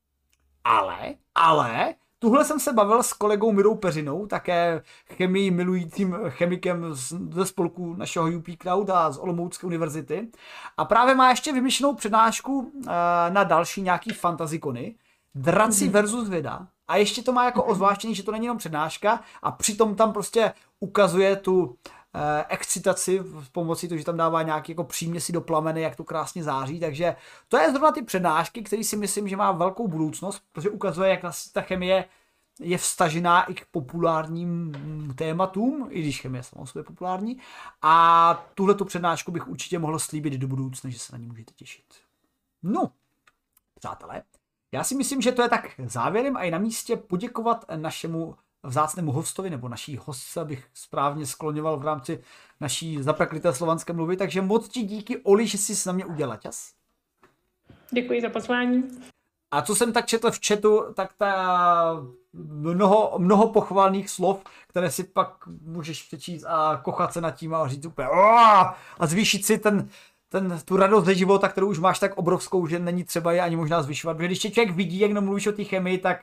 Ale, ale... Tuhle jsem se bavil s kolegou Mirou Peřinou, také chemii milujícím chemikem ze spolku našeho U P Cloud a z Olomoucké univerzity. A právě má ještě vymyšlenou přednášku uh, na další nějaký fantazikony. Draci mm-hmm. versus věda. A ještě to má jako ozvláštění, že to není jenom přednáška a přitom tam prostě ukazuje tu uh, excitaci v pomocí toho, že tam dává nějaký jako příměsi do plameny, jak to krásně září. Takže to je zrovna ty přednášky, které si myslím, že má velkou budoucnost, protože ukazuje, jak ta chemie je vstažená i k populárním tématům, i když chemie sama je populární. A tuhle tu přednášku bych určitě mohl slíbit do budoucna, že se na ní můžete těšit. No, přátelé, já si myslím, že to je tak závěrem a je na místě poděkovat našemu vzácnému hostovi, nebo naší hostce, abych správně skloňoval v rámci naší zapeklité slovanské mluvy, takže moc ti díky, Oli, že jsi na mě udělala čas. Děkuji za pozvání. A co jsem tak četl v chatu, tak ta mnoho, mnoho pochvalných slov, které si pak můžeš přečíst a kochat se nad tím a říct úplně a zvýšit si ten, ten, tu radost ze života, kterou už máš tak obrovskou, že není třeba je ani možná zvyšovat. Protože když tě člověk vidí, jak mluvíš o té chemii, tak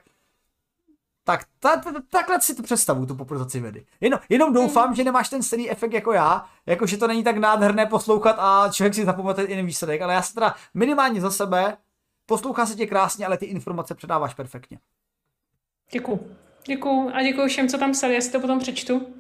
Tak ta, ta, takhle si to představuju, tu popularizaci vědy. Jenom, jenom doufám, že nemáš ten stejný efekt jako já, jako že to není tak nádherné poslouchat a člověk si zapomene ten jiný výsledek, ale já se teda minimálně za sebe poslouchá se tě krásně, ale ty informace předáváš perfektně. Děkuju. Děkuju a děkuju všem, co tam psali, já si to potom přečtu.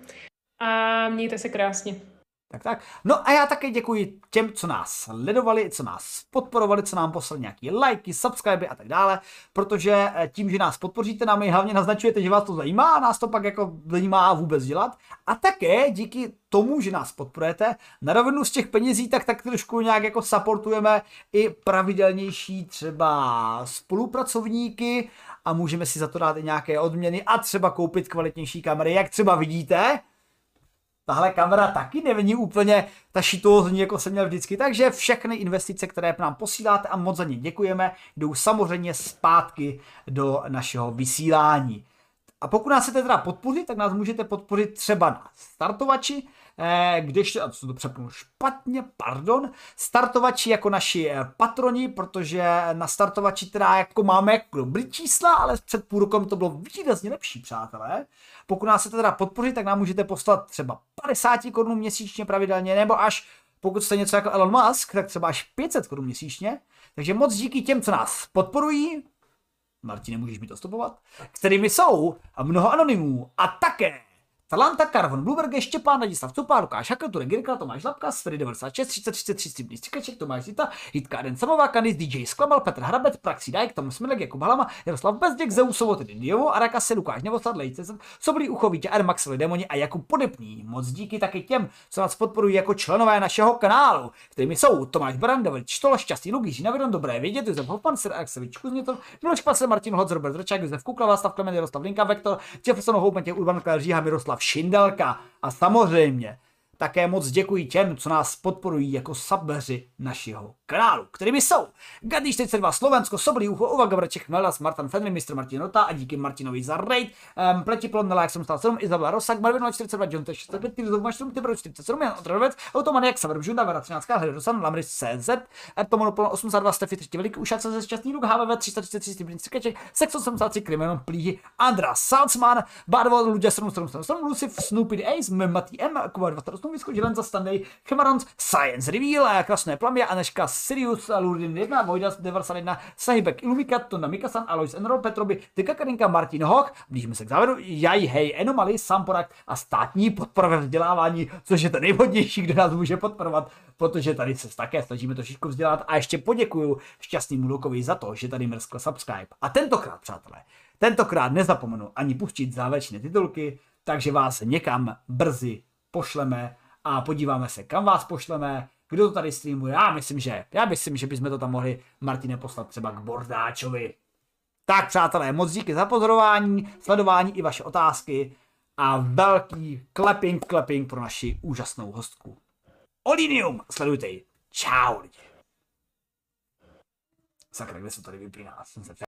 A mějte se krásně. Tak, tak. No a já také děkuji těm, co nás sledovali, co nás podporovali, co nám poslali nějaký lajky, subscribe a tak dále, protože tím, že nás podpoříte, nám i hlavně naznačujete, že vás to zajímá a nás to pak jako zajímá vůbec dělat. A také díky tomu, že nás podporujete, na rovinu z těch penězí, tak tak trošku nějak jako supportujeme i pravidelnější třeba spolupracovníky a můžeme si za to dát i nějaké odměny a třeba koupit kvalitnější kamery, jak třeba vidíte. Tahle kamera taky není úplně ta šitózní, jako jsem měl vždycky, takže všechny investice, které nám posíláte a moc za ně děkujeme, jdou samozřejmě zpátky do našeho vysílání. A pokud nás chcete teda podpořit, tak nás můžete podpořit třeba na startovači, eh, když, a to přepnu špatně, pardon, startovači jako naši eh, patroni, protože na startovači teda jako máme jako dobrý čísla, ale před půl rokem to bylo výrazně lepší, přátelé. Pokud nás chcete teda podpořit, tak nám můžete poslat třeba padesát korun měsíčně pravidelně, nebo až, pokud jste něco jako Elon Musk, tak třeba až pět set korun měsíčně. Takže moc díky těm, co nás podporují. Martine, můžeš mi to stopovat? Kterými jsou mnoho anonymů a také Talanta, Karvon, Blueberg, Štěpán, Ladislav Cupá, Lukáš Hakl, Turek Girka, Tomáš Lapka, Sferi devadesát šest, třicet, třicet tři, Stříbrný Stříkaček, Tomáš Zita, Jitka Eden Samová, Kandis, D J Sklamal, Petr Hrabec, Praxi Dajk, Tom Smilek, Jakub Halama, Jaroslav Bezděk, Zeusovo, tedy Diovo, Arakase, Lukáš Nevoslad, Lejce, Soblí Ucho, Vítě, R, Maxwell Demoni a Jakub Podepný. Moc díky taky těm, co nás podporují jako členové našeho kanálu, kterými jsou Tomáš Baran, David Štola, Šťastný Lugíš, Navidon, Dobré vědět, Josef Hoffman, Sir Axevič Kuznětov, Miloš Pasel, Martin Hodz, Robert Ročák, Josef Kukla, Václav Klement, Jaroslav Linka, Vektor, Jefferson Houpentě, Urban Kler, Žíha, Miroslav Šindelka. A samozřejmě také moc děkuji těm, co nás podporují jako subbeři našeho kanálu, kterými jsou Gady čtyřicet dva Slovensko, Soblí Ucho, Ova Gabraček, Meldas, Martin Fenry, mistr Martin Rota a díky Martinovi za raid, um, Pleti Plonnela, jak jsem stál sedm, Izabela Rosak, Marvin čtyřicet dva, John čtyřicet pět, Tyrozov Maštrum, Tybro čtyřicet sedm, Jan Otradovec, Automaniak, Saver Bžunda, Vera třináct, Hledosan, Lamris C Z, Ertomonopol osmdesát dva, Stefy třetí veliký, Ušace ze Šťastný Luk, H V V tři sta třicet tři, Stříbrný Stříkaček, Sex osmdesát tři, Krimenon Plíhy, Andra Salzman, Barvo, Ludia sedm sedm sedm, Lucif, Snoopy the Ace, Matý M, Kuba dva sta osm, Vyskoč, Lenza, Standay, Chemarons, Science Reveal, Krasné Plamě, Aneška, Sirius, Lurdin jedna, Vojdas devadesát jedna, Sahibek Ilumika, Tonda Mikasan, Alois Enrol, Petroby, Tyka Karinka, Martin Hoch, blížíme se k závěru, Jaj, hej, Enomaly, Samporak a státní podpora ve vzdělávání, což je to nejvhodnější, kdo nás může podporovat, protože tady se také snažíme trošičku vzdělat a ještě poděkuju Šťastnému Lukovi za to, že tady mrskl subscribe. A tentokrát, přátelé, tentokrát nezapomenu ani pustit závěrečné titulky, takže vás někam brzy pošleme a podíváme se, kam vás pošleme, kdo to tady streamuje. Já myslím, že, já myslím, že bychom to tam mohli, Martine, poslat třeba k Bordáčovi. Tak, přátelé, moc díky za pozorování, sledování i vaše otázky a velký clapping, clapping pro naši úžasnou hostku. Olinium, sledujte ji. Čau, lidi. Sakra, kde se tady vypíná?